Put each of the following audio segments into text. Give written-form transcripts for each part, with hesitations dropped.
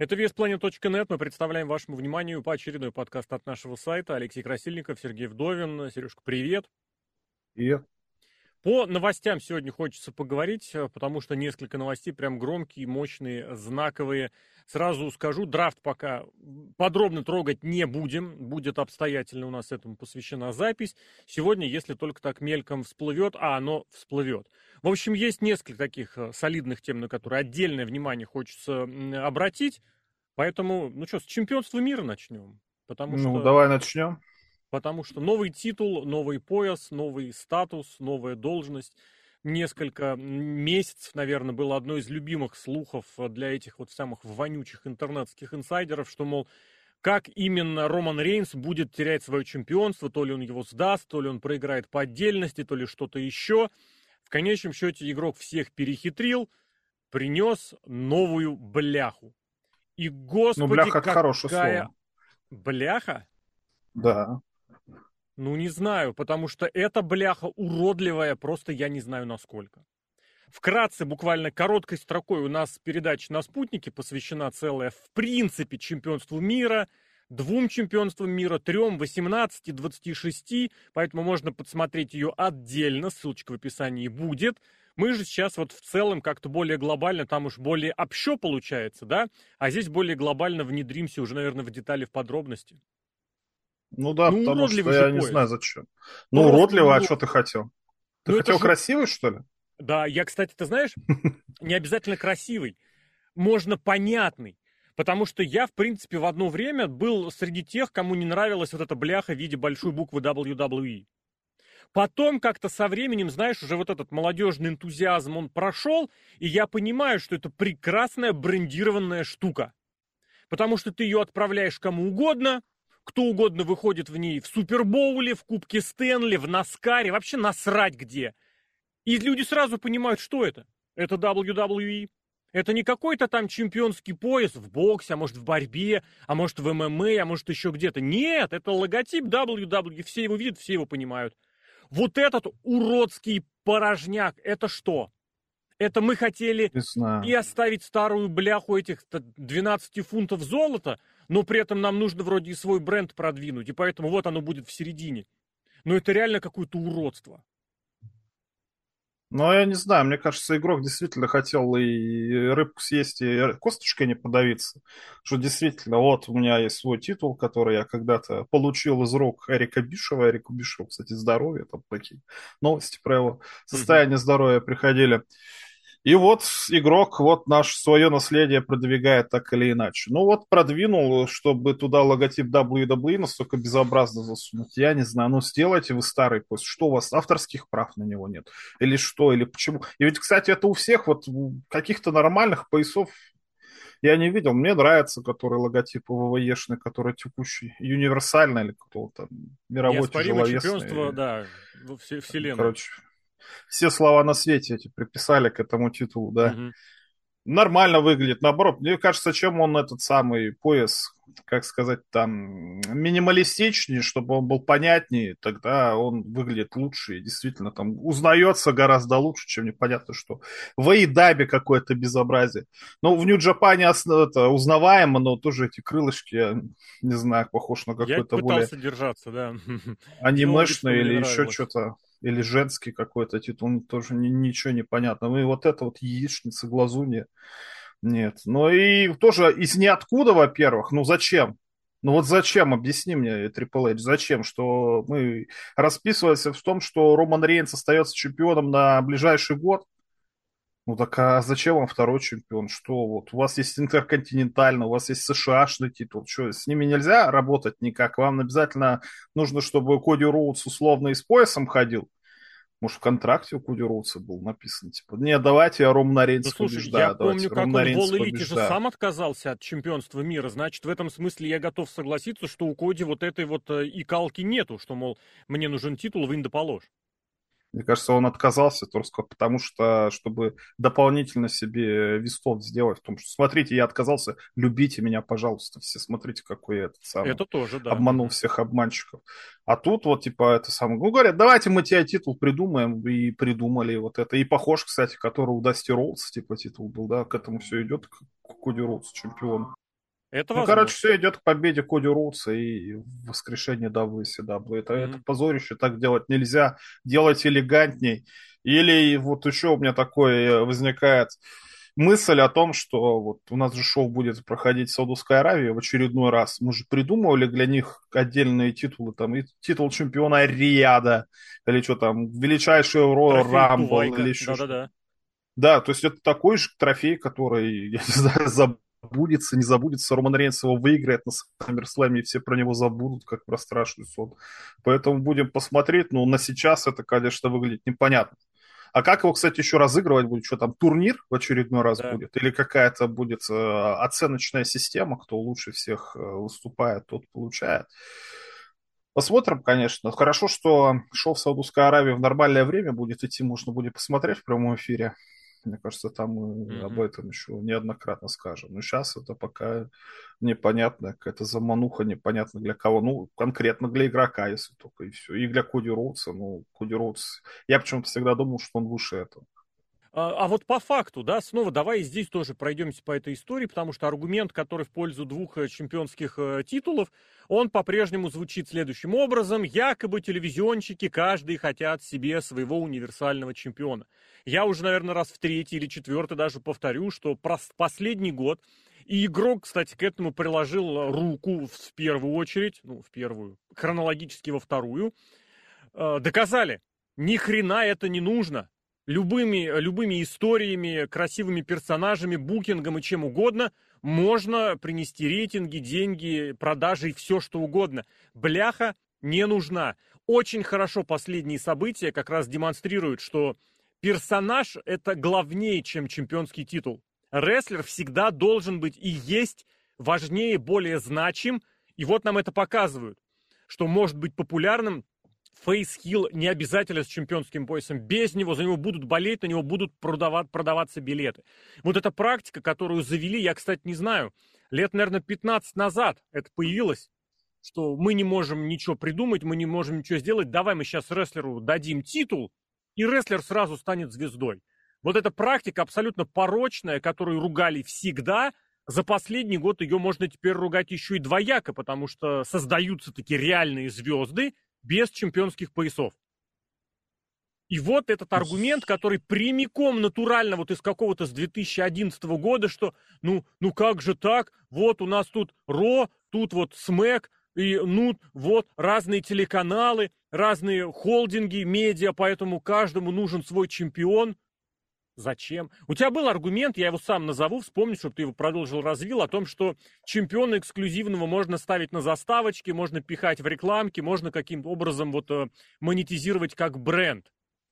Это VSPlanet.net. Мы представляем вашему вниманию поочередной подкаст от нашего сайта. Алексей Красильников, Сергей Вдовин. Сережка, привет. Привет. По новостям сегодня хочется поговорить, потому что несколько новостей прям громкие, мощные, знаковые. Сразу скажу, драфт пока подробно трогать не будем. Будет обстоятельно у нас этому посвящена запись. Сегодня, если только так мельком всплывет, оно всплывет. В общем, есть несколько таких солидных тем, на которые отдельное внимание хочется обратить. Поэтому, с чемпионства мира начнем. Давай начнем. Потому что новый титул, новый пояс, новый статус, новая должность. Несколько месяцев, наверное, было одно из любимых слухов для этих вот самых вонючих интернетских инсайдеров, что, мол, как именно Роман Рейнс будет терять свое чемпионство, то ли он его сдаст, то ли он проиграет по отдельности, то ли что-то еще. В конечном счете игрок всех перехитрил, принес новую бляху. И, господи, бляха — это хорошее слово. Бляха? Да. Не знаю, потому что эта бляха уродливая, просто я не знаю насколько. Вкратце, буквально короткой строкой, у нас передача на «Спутнике» посвящена целая, в принципе, чемпионству мира, 2 чемпионствам мира, 3, 18 и 26, поэтому можно подсмотреть ее отдельно, ссылочка в описании будет. Мы же сейчас вот в целом как-то более глобально, там уж более общо получается, да? А здесь более глобально внедримся уже, наверное, в детали, в подробности. Потому что я не знаю зачем. Уродливо, а что ты хотел? Ты хотел красивый, что ли? Да, я, кстати, ты знаешь, не обязательно красивый, можно понятный. Потому что я, в принципе, в одно время был среди тех, кому не нравилась вот эта бляха в виде большой буквы WWE. Потом как-то со временем, знаешь, уже вот этот молодежный энтузиазм, он прошел, и я понимаю, что это прекрасная брендированная штука. Потому что ты ее отправляешь кому угодно, кто угодно выходит в ней в Супербоуле, в Кубке Стэнли, в Наскаре, вообще насрать где. И люди сразу понимают, что это. Это WWE. Это не какой-то там чемпионский пояс в боксе, а может в борьбе, а может в ММА, а может еще где-то. Нет, это логотип WWE. Все его видят, все его понимают. Вот этот уродский порожняк, это что? Это мы хотели и оставить старую бляху этих 12 фунтов золота, но при этом нам нужно вроде и свой бренд продвинуть, и поэтому вот оно будет в середине. Но это реально какое-то уродство. Я не знаю, мне кажется, игрок действительно хотел и рыбку съесть, и косточкой не подавиться. Что действительно, вот у меня есть свой титул, который я когда-то получил из рук Эрика Бишева. Эрику Бишеву, кстати, здоровье, там такие новости про его состояние здоровья приходили. И вот игрок наше свое наследие продвигает так или иначе. Продвинул, чтобы туда логотип WWE настолько безобразно засунуть. Я не знаю, сделайте вы старый пояс. Что у вас, авторских прав на него нет? Или что, или почему? И ведь, кстати, это у всех каких-то нормальных поясов я не видел. Мне нравится, который логотип ВВЕшный, который текущий, универсальный или какого-то мировой неоспоримое тяжеловесный. Чемпионство, да, вселенной. Короче, все слова на свете эти приписали к этому титулу, да. Угу. Нормально выглядит. Наоборот, мне кажется, чем он этот самый пояс, как сказать, там, минималистичнее, чтобы он был понятнее, тогда он выглядит лучше и действительно там узнается гораздо лучше, чем непонятно что. В AEW какое-то безобразие. В Нью-Джапане это узнаваемо, но тоже эти крылышки, я не знаю, похож на какой-то более... Я пытался держаться, да. Анимешный или еще что-то. Или женский какой-то титул, тоже ничего не понятно. И вот это вот яичница, глазунья. Нет. И тоже из ниоткуда, во-первых. Зачем? Зачем? Объясни мне, Triple H, зачем? Что мы расписываемся в том, что Роман Рейнс остается чемпионом на ближайший год? Так а зачем вам второй чемпион? Что у вас есть интерконтинентальный, у вас есть США-шный титул. Что, с ними нельзя работать никак? Вам обязательно нужно, чтобы Коди Роудс условно и с поясом ходил? Может, в контракте у Коди Роудса был написано, не, давайте я Романа Рейнса побеждаю. Я помню, как он в All Elite же сам отказался от чемпионства мира. Значит, в этом смысле я готов согласиться, что у Коди вот этой вот икалки нету, что, мол, мне нужен титул, вынь да положь. Мне кажется, он отказался только потому, что, чтобы дополнительно себе вестов сделать в том, что, смотрите, я отказался, любите меня, пожалуйста, все, смотрите, какой я этот самый. Это тоже, да. Обманул всех обманщиков. А тут это самое, говорят, давайте мы тебе титул придумаем, и придумали вот это. И похож, кстати, который у Дасти Роудса, титул был, да, к этому все идет, к Коди Роудсу, чемпиону. Это Ну, короче, возможно. все идет к победе Коди Роудса и воскрешению WCW. Это Мгм. позорище, так делать нельзя. Делать элегантней. Или вот еще у меня такое возникает мысль о том, что вот у нас же шоу будет проходить в Саудовской Аравии в очередной раз. Мы же придумывали для них отдельные титулы, там, и титул чемпиона Риада, или что там, величайший Royal Трофей Rumble, или Кувайка. еще что-то. Да-да-да. Да, то есть это такой же трофей, который, я не знаю, забудется, не забудется. Роман Рейнс его выиграет на SummerSlam, и все про него забудут, как про страшный сон. Поэтому будем посмотреть, но на сейчас это, конечно, выглядит непонятно. А как его, кстати, еще разыгрывать будет? Что там, турнир в очередной раз Да. будет? Или какая-то будет оценочная система, кто лучше всех выступает, тот получает? Посмотрим, конечно. Хорошо, что шоу в Саудовской Аравии в нормальное время будет идти, можно будет посмотреть в прямом эфире. Мне кажется, там мы об Мгм. этом еще неоднократно скажем. Но сейчас это пока непонятно, какая-то замануха, непонятно для кого. Ну, конкретно для игрока, если только, и все. И для Коди Роудса. Ну, Коди Роудс... Я почему-то всегда думал, что он выше этого. А вот по факту, да, снова давай здесь тоже пройдемся по этой истории, потому что аргумент, который в пользу двух чемпионских титулов, он по-прежнему звучит следующим образом. Якобы телевизионщики каждый хотят себе своего универсального чемпиона. Я уже, наверное, раз в третий или четвертый даже повторю, что последний год, и игрок, кстати, к этому приложил руку в первую очередь, ну, в первую, хронологически во вторую, доказали, ни хрена это не нужно. Любыми историями, красивыми персонажами, букингом и чем угодно можно принести рейтинги, деньги, продажи и все что угодно. Бляха не нужна. Очень хорошо последние события как раз демонстрируют, что персонаж это главнее, чем чемпионский титул. Рестлер всегда должен быть и есть важнее, более значим. И вот нам это показывают, что может быть популярным фейс-хилл не обязательно с чемпионским поясом. Без него, за него будут болеть, на него будут продаваться билеты. Вот эта практика, которую завели, я, кстати, не знаю, лет, наверное, 15 назад это появилось, что мы не можем ничего придумать, мы не можем ничего сделать, давай мы сейчас рестлеру дадим титул, и рестлер сразу станет звездой. Вот эта практика абсолютно порочная, которую ругали всегда, за последний год ее можно теперь ругать еще и двояко, потому что создаются такие реальные звезды, без чемпионских поясов. И вот этот аргумент, который прямиком натурально вот из какого-то с 2011 года, что ну как же так, вот у нас тут Ро, тут вот Смэк, и ну вот разные телеканалы, разные холдинги, медиа, поэтому каждому нужен свой чемпион. Зачем? У тебя был аргумент, я его сам назову, вспомни, чтобы ты его продолжил, развил, о том, что чемпиона эксклюзивного можно ставить на заставочки, можно пихать в рекламке, можно каким-то образом вот монетизировать как бренд.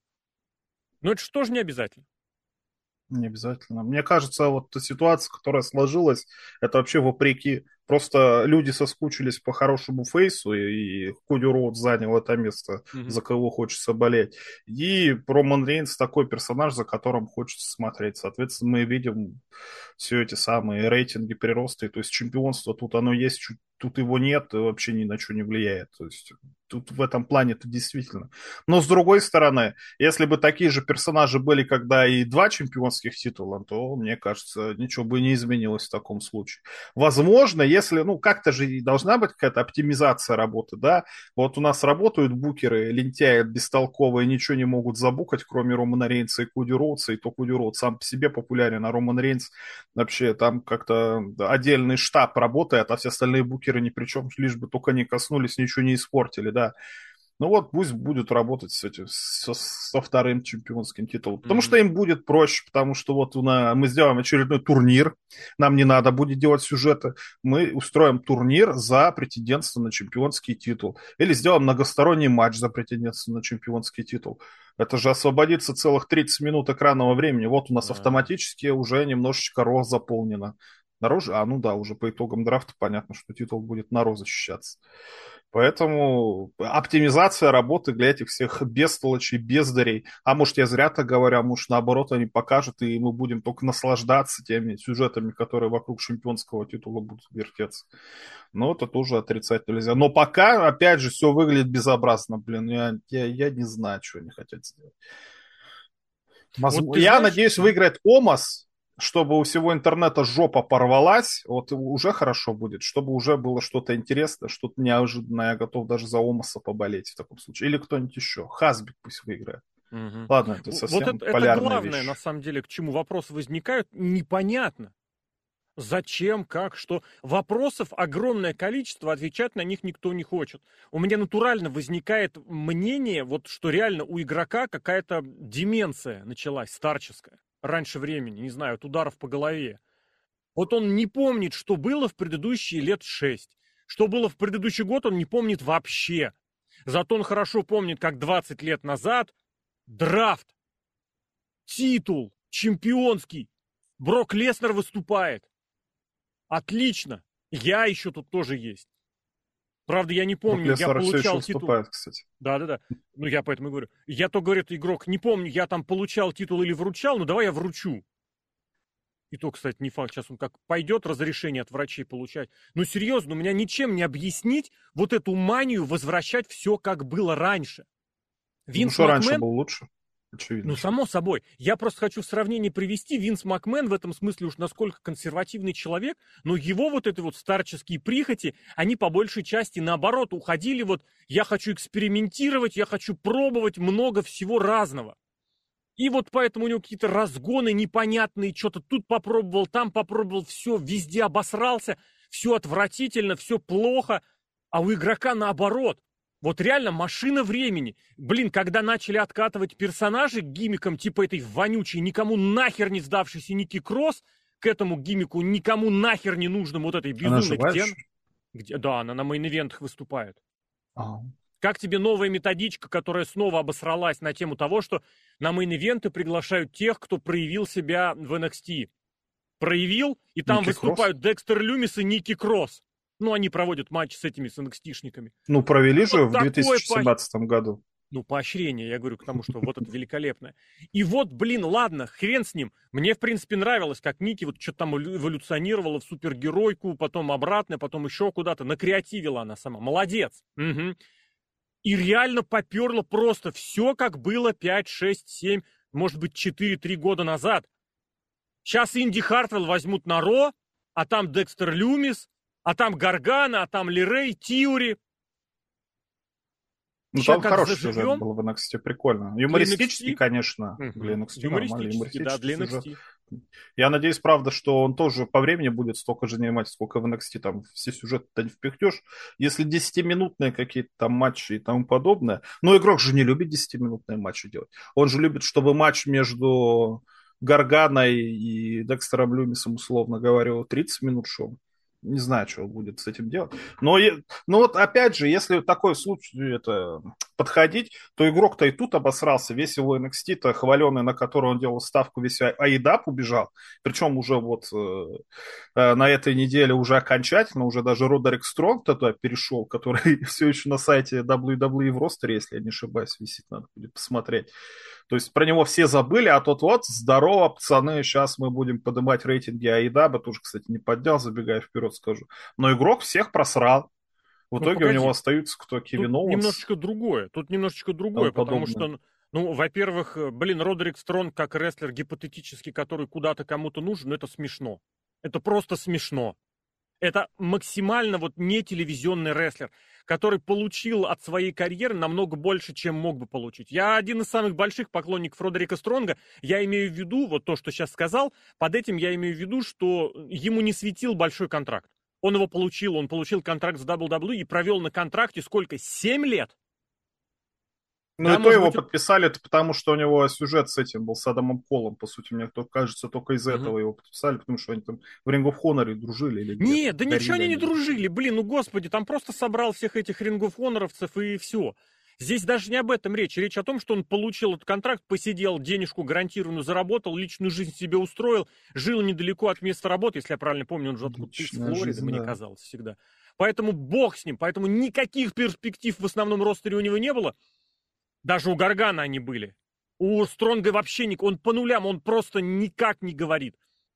Но это что же не обязательно? Не обязательно. Мне кажется, вот та ситуация, которая сложилась, это вообще вопреки. Просто люди соскучились по хорошему фейсу, и Коди Роуд занял это место, Мгм. за кого хочется болеть. И Роман Рейнс такой персонаж, за которым хочется смотреть. Соответственно, мы видим все эти самые рейтинги, приросты. То есть чемпионство тут оно есть, тут его нет, и вообще ни на что не влияет. То есть тут в этом плане это действительно. Но с другой стороны, если бы такие же персонажи были, когда и два чемпионских титула, то, мне кажется, ничего бы не изменилось в таком случае. Возможно, если, ну, как-то же и должна быть какая-то оптимизация работы, да? Вот у нас работают букеры, лентяи, бестолковые, ничего не могут забукать, кроме Романа Рейнса и Коди Роудса, и то Коди Роуд сам по себе популярен, а Роман Рейнс вообще там как-то отдельный штаб работает, а все остальные букеры ни при чем, лишь бы только не коснулись, ничего не испортили, да. Ну вот пусть будут работать с этим, со вторым чемпионским титулом. Потому что Мгм. им будет проще, потому что вот мы сделаем очередной турнир, нам не надо будет делать сюжеты, мы устроим турнир за претендентство на чемпионский титул. Или сделаем многосторонний матч за претендентство на чемпионский титул. Это же освободится целых 30 минут экранного времени. Вот у нас А, автоматически уже немножечко Ро заполнено. На Ро, ну да, уже по итогам драфта понятно, что титул будет на Ро защищаться. Поэтому оптимизация работы для этих всех бестолочей, бездарей. А может, я зря так говорю, а может, наоборот, они покажут, и мы будем только наслаждаться теми сюжетами, которые вокруг чемпионского титула будут вертеться. Но это тоже отрицать нельзя. Но пока, опять же, все выглядит безобразно. Блин, я не знаю, что они хотят сделать. вот ты Я знаешь, надеюсь, выиграет Омас, чтобы у всего интернета жопа порвалась, вот уже хорошо будет, чтобы уже было что-то интересное, что-то неожиданное, я готов даже за Омаса поболеть в таком случае. Или кто-нибудь еще. Хасбик пусть выиграет. Мгм. Ладно, это Вот совсем это полярная главное, на вещь. самом деле, к чему вопросы возникают, непонятно. Зачем, как, что. Вопросов огромное количество, отвечать на них никто не хочет. У меня натурально возникает мнение, вот что реально у игрока какая-то деменция началась, старческая, раньше времени, не знаю, от ударов по голове. Вот он не помнит, что было в предыдущие лет 6. Что было в предыдущий год, он не помнит вообще. Зато он хорошо помнит, как 20 лет назад драфт, титул, чемпионский, Брок Леснер выступает. Отлично. Я еще тут тоже есть. Правда, я не Брук помню, я Леснер все еще получал титул. выступает, кстати. Да. Ну, я поэтому и говорю. Я то, говорит игрок, не помню, я там получал титул или вручал, ну, давай я вручу. И то, кстати, не факт. Сейчас он как пойдет разрешение от врачей получать. Ну, серьезно, у меня ничем не объяснить вот эту манию возвращать все, как было раньше. Ну, Винс что раньше Макмен, было лучше? Очевидно. ну, само собой. Я просто хочу в сравнение привести. Винс Макмен в этом смысле уж насколько консервативный человек, но его вот эти вот старческие прихоти, они по большей части наоборот уходили вот я хочу экспериментировать, я хочу пробовать много всего разного. И вот поэтому у него какие-то разгоны непонятные, что-то тут попробовал, там попробовал, все, везде обосрался, все отвратительно, все плохо. А у игрока наоборот. Вот реально машина времени. Блин, когда начали откатывать персонажей к гиммикам типа этой вонючей, никому нахер не сдавшейся Ники Кросс, к этому гиммику никому нахер не нужному вот этой Она безумной, жива еще? где, да, она на мейн-ивентах выступает. А. Как тебе новая методичка, которая снова обосралась на тему того, что на мейн-ивенты приглашают тех, кто проявил себя в NXT? Проявил, и там Ники выступают Кросс? Декстер Люмис и Ники Кросс. Ну, они проводят матч с этими, с NXT-шниками. Ну, провели же Вот в такое 2017 году. ну, поощрение, я говорю к тому, что вот это великолепное. И вот, блин, ладно, хрен с ним. Мне, в принципе, нравилось, как Ники вот что-то там эволюционировала в супергеройку, потом обратно, потом еще куда-то. Накреативила она сама. Молодец. Угу. И реально поперло просто все, как было 5, 6, 7, может быть, 4-3 года назад. Сейчас Инди Хартвелл возьмут на Ро, а там Декстер Люмис, а там Гаргана, а там Лирей, Тиури. Ну, Сейчас там как хороший сюжет заживем был в NXT, прикольно. для Юмористический, NXT. конечно. Для Угу. NXT нормально, Юмористический, да, юмористический для сюжет. NXT. Я надеюсь, правда, что он тоже по времени будет столько же занимать, сколько в NXT. Там все сюжеты-то не впихнешь. Если 10-минутные какие-то там матчи и тому подобное. Но игрок же не любит 10-минутные матчи делать. Он же любит, чтобы матч между Гарганой и Декстером Люмисом, условно говоря, 30 минут шел. Не знаю, что он будет с этим делать. Но вот опять же, если такой случай это подходить, то игрок-то и тут обосрался. Весь его NXT-то хваленый, на который он делал ставку, весь AEW убежал. Причем уже вот на этой неделе уже окончательно, уже даже Родерик Стронг туда перешел, который все еще на сайте WWE в ростере, если я не ошибаюсь, висит, надо будет посмотреть. То есть про него все забыли, а тот вот, здорово, пацаны, сейчас мы будем поднимать рейтинги AEW, тоже, кстати, не поднял, забегая вперед скажу. Но игрок всех просрал. В Ну, итоге у него погоди. остаются кто? Кевин Тут Оуэнс немножечко другое. и тому Потому подобное. что, ну, во-первых, блин, Родерик Стронг как рестлер гипотетически, который куда-то кому-то нужен, ну, это смешно. Это просто смешно. Это максимально вот не телевизионный рестлер, который получил от своей карьеры намного больше, чем мог бы получить. Я один из самых больших поклонников Родерика Стронга. Я имею в виду, вот то, что сейчас сказал, под этим я имею в виду, что ему не светил большой контракт. Он его получил, он получил контракт с WWE и провел на контракте сколько? 7 лет? Ну Да, и то может его быть... подписали, это потому что у него сюжет с этим был, с Адамом Колом, по сути, мне кажется, только из-за этого его подписали, потому что они там в Ring of Honor дружили или где-то. Нет, да ничего они не дружили, блин, ну господи, там просто собрал всех этих рингов хоноровцев и все. Здесь даже не об этом речь. Речь о том, что он получил этот контракт, посидел, денежку гарантированную заработал, личную жизнь себе устроил, жил недалеко от места работы, если я правильно помню, он же откуда-то из Флориды, жизнь, мне да. казалось всегда. Поэтому бог с ним, поэтому никаких перспектив в основном ростере у него не было. Даже у Гаргана они были. У Стронга вообще он по нулям, он просто никак не говорит.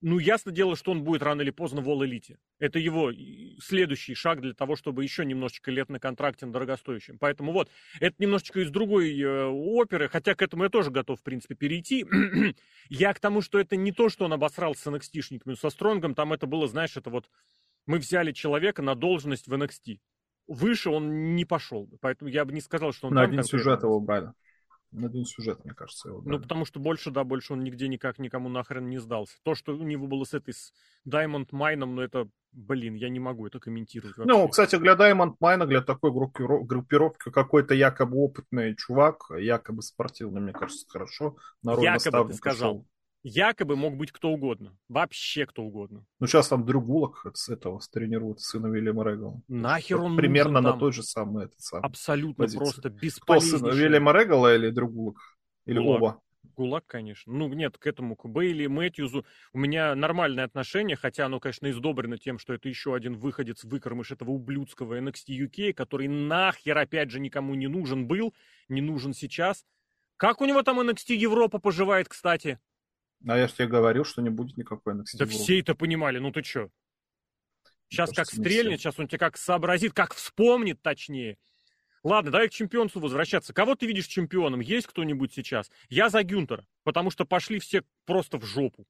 ну, ясно дело, что он будет рано или поздно в All Elite. Это его следующий шаг для того, чтобы еще немножечко лет на контракте на дорогостоящем. Поэтому вот, это немножечко из другой оперы, хотя к этому я тоже готов, в принципе, перейти. Я к тому, что это не то, что он обосрался с NXT-шниками, со Стронгом, там это было, знаешь, это вот, мы взяли человека на должность в NXT. Выше он не пошел бы, поэтому я бы не сказал, что он На там один конкретно. сюжет его брали. На один сюжет, мне кажется, его Ну, брали. потому что больше, да, больше он нигде никак никому нахрен не сдался. То, что у него было с этой, с Diamond Майном, ну, это, блин, я не могу это комментировать вообще. Ну, кстати, для Diamond Mine, для такой группировки, какой-то якобы опытный чувак, якобы спортивный, мне кажется, хорошо, на роль Якобы, ты наставника сказал. шел. Якобы мог быть кто угодно. Вообще кто угодно. Ну, сейчас там Дрю Гулак с этого тренирует сына Вильяма Регала. Нахер он Примерно нужен на там? той же самой, Абсолютно позиции. просто Кто сын бесполезнейший. Вильяма Регала или Дрю Гулак? Или Гулаг. оба? Гулаг, конечно. Ну, нет, к этому, к Бейли, Мэтьюзу у меня нормальное отношение, хотя оно, конечно, издобрено тем, что это еще один выходец, выкормыш этого ублюдского NXT UK, который нахер, опять же, никому не нужен был, не нужен сейчас. Как у него там NXT Европа поживает, кстати? А я же тебе говорил, что не будет никакой NXT Да Европы. все это понимали, ну ты чё? Сейчас как Кажется, не стрельнет, все. сейчас он тебе как сообразит, как вспомнит точнее. Ладно, давай к чемпионству возвращаться. Кого ты видишь чемпионом? Есть кто-нибудь сейчас? Я за Гюнтера, потому что пошли все просто в жопу.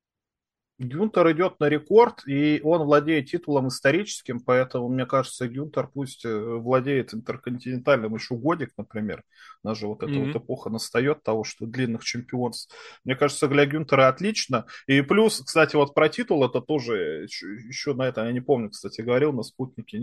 Гюнтер идет на рекорд, и он владеет титулом историческим, поэтому, мне кажется, Гюнтер пусть владеет интерконтинентальным еще годик, например. У нас же вот эта вот эпоха настает того, что длинных чемпионств. Мне кажется, для Гюнтера отлично. И плюс, кстати, вот про титул это тоже еще на это, я не помню, кстати, говорил, на спутнике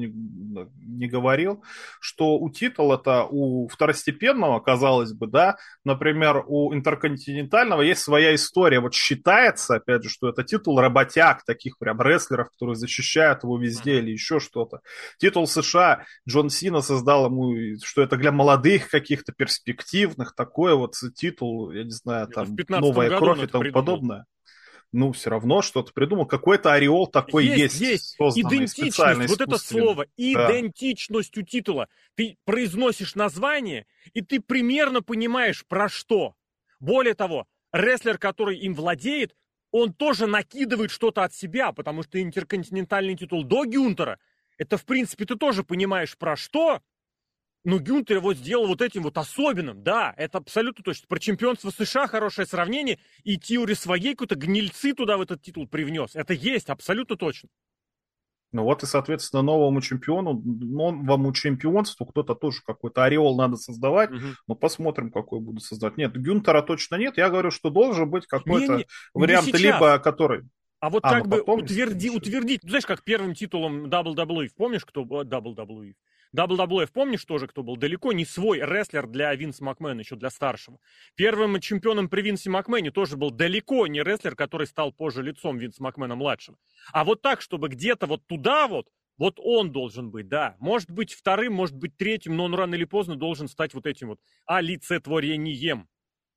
не говорил, что у титула-то, у второстепенного, казалось бы, да, например, у интерконтинентального есть своя история. Вот считается, опять же, что это титул работяг, таких прям рестлеров, которые защищают его везде или еще что-то. Титул США Джон Сина создал ему, что это для молодых каких-то перспективных, такой вот титул, я не знаю, Это в там 15 новая году кровь он и это тому придумал. подобное. Ну, все равно что-то придумал. Какой-то ореол такой есть созданный Идентичность, специально, вот это искусственно. слово, Да. идентичность у титула. Ты произносишь название, и ты примерно понимаешь, про что. Более того, рестлер, который им владеет, он тоже накидывает что-то от себя, потому что интерконтинентальный титул до Гюнтера, это, в принципе, ты тоже понимаешь, про что. Но Гюнтер его сделал вот этим вот особенным. Да, это абсолютно точно. Про чемпионство США хорошее сравнение. И Тиури своей какой-то гнильцы туда в этот титул привнес. Это есть, абсолютно точно. Ну вот и, соответственно, новому чемпиону, новому чемпионству кто-то тоже какой-то ореол надо создавать. Но посмотрим, какой буду создавать. Нет, Гюнтера точно нет. Я говорю, что должен быть какой-то вариант, либо который... А вот как бы потом, утвердить, знаешь, как первым титулом WWE, помнишь, кто был WWE? WWF, помнишь тоже, кто был? Далеко не свой рестлер для Винса Макмена, еще для старшего. Первым чемпионом при Винсе Макмене тоже был далеко не рестлер, который стал позже лицом Винса Макмена-младшего. А вот так, чтобы где-то вот туда вот он должен быть, да. Может быть вторым, может быть третьим, но он рано или поздно должен стать вот этим вот олицетворением.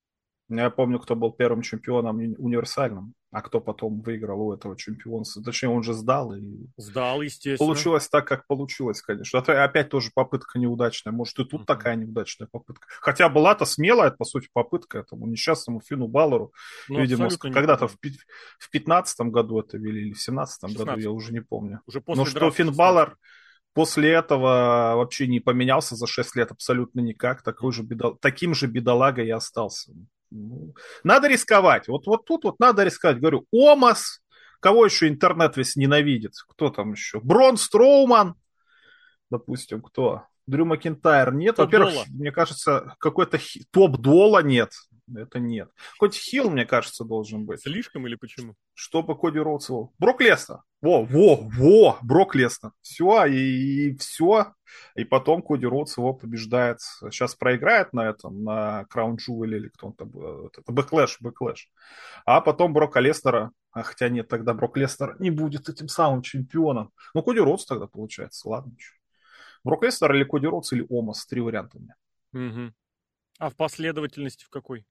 Я помню, кто был первым чемпионом универсальным, а кто потом выиграл у этого чемпионства. Точнее, он же сдал. И сдал, естественно. получилось так, как получилось, конечно. Опять тоже попытка неудачная. Может, и тут такая неудачная попытка. Хотя была-то смелая, по сути, попытка этому несчастному Финну Балору. Видимо, когда-то в 15-м году это вели, или в 17-м году, я уже не помню. Уже после Но что Финн Балор после этого вообще не поменялся за 6 лет абсолютно никак. Таким же бедолагой и остался. Надо рисковать. Вот тут вот надо рисковать. Говорю, Омас, кого еще интернет весь ненавидит? Кто там еще? Брон Строуман, допустим, кто? Дрю Макинтайр нет. Во-первых, мне кажется, какой-то топ-дола нет. Это нет. Хоть хил, мне кажется, должен быть. Слишком или почему? Чтобы Коди Роудс его. Брок Леснер. Во, Брок Леснер. Все, и все. И потом Коди Роудс его побеждает. Сейчас проиграет на этом, на Краун Джувеле или кто он там. Это Бэклэш. А потом Брока Леснера. Хотя нет, тогда Брок Леснер не будет этим самым чемпионом. Ну, Коди Роудс тогда получается. Ладно. Брок Леснер или Коди Роудс или Омас. 3 варианта у меня. Угу. А в последовательности в какой?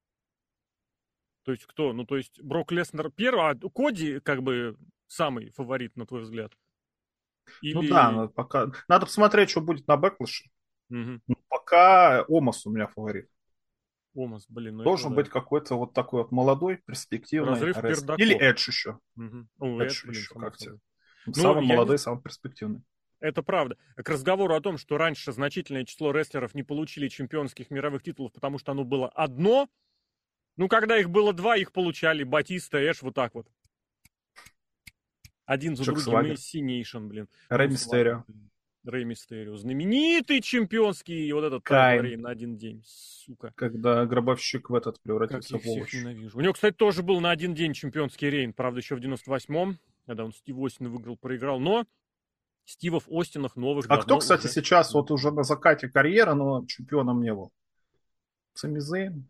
То есть кто? Ну, то есть Брок Леснер первый, а Коди как бы самый фаворит, на твой взгляд? Или... Ну да, пока... надо посмотреть, что будет на Бэклэше. Угу. Но пока Омас у меня фаворит. Омас, блин, ну это Должен да. быть какой-то вот такой вот молодой, перспективный Разрыв рестлер. Или пердаков. Эдж еще. Эдж, Эдж блин, еще, само как тебе? собой. Ну, Самый я не... молодой, самый перспективный. Это правда. К разговору о том, что раньше значительное число рестлеров не получили чемпионских мировых титулов, потому что оно было одно. Ну, когда их было два, их получали Батиста, Эш, вот так вот. Один за Джек другим. И Свагер. Синейшн, блин. Рэй Ну, Свагер, Мистерио. блин. Рэй Мистерио. Знаменитый чемпионский вот этот Тайтл Кайн. Рейн на один день. Сука. Когда гробовщик в этот Как превратился я в всех овощ. ненавижу. У него, кстати, тоже был на один день чемпионский рейн. Правда, еще в 98-м, когда он Стив Остина выиграл, проиграл. Но Стивов Остинах новых А кто, давно кстати, уже... сейчас вот уже на закате карьеры, но чемпионом не был? Сами Зейн?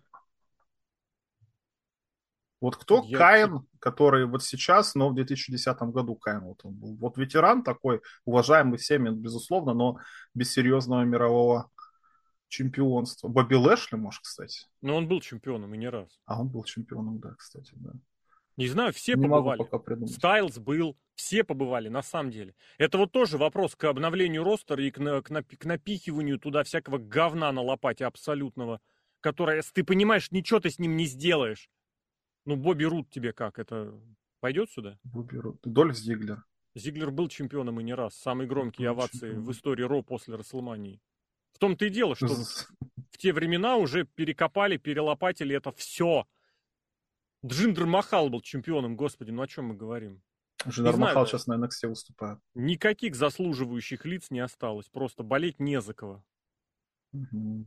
Вот кто Я... Каин, который вот сейчас, но в 2010 году Каин вот он был. Вот ветеран такой, уважаемый всеми, безусловно, но без серьезного мирового чемпионства. Бобби Лэшли, может, кстати. Но он был чемпионом и не раз. А он был чемпионом, да, кстати, да. Не знаю, все Не могу побывали. пока придумать. Стайлз был, все побывали, на самом деле. Это вот тоже вопрос к обновлению ростера и к напихиванию туда всякого говна на лопате абсолютного, которое, если ты понимаешь, ничего ты с ним не сделаешь. Ну, Бобби Рут тебе как, это пойдет сюда? Бобби Рут. Дольф Зиглер. Зиглер был чемпионом и не раз. Самые громкие Был овации в чемпионом. истории Ро после Расселмании. В том-то и дело, что в те времена уже перекопали, перелопатили это все. Джиндер Махал был чемпионом, господи, ну о чем мы говорим? Джиндер знаю, Махал да. сейчас на NXT выступает. Никаких заслуживающих лиц не осталось. Просто болеть не за кого. Угу.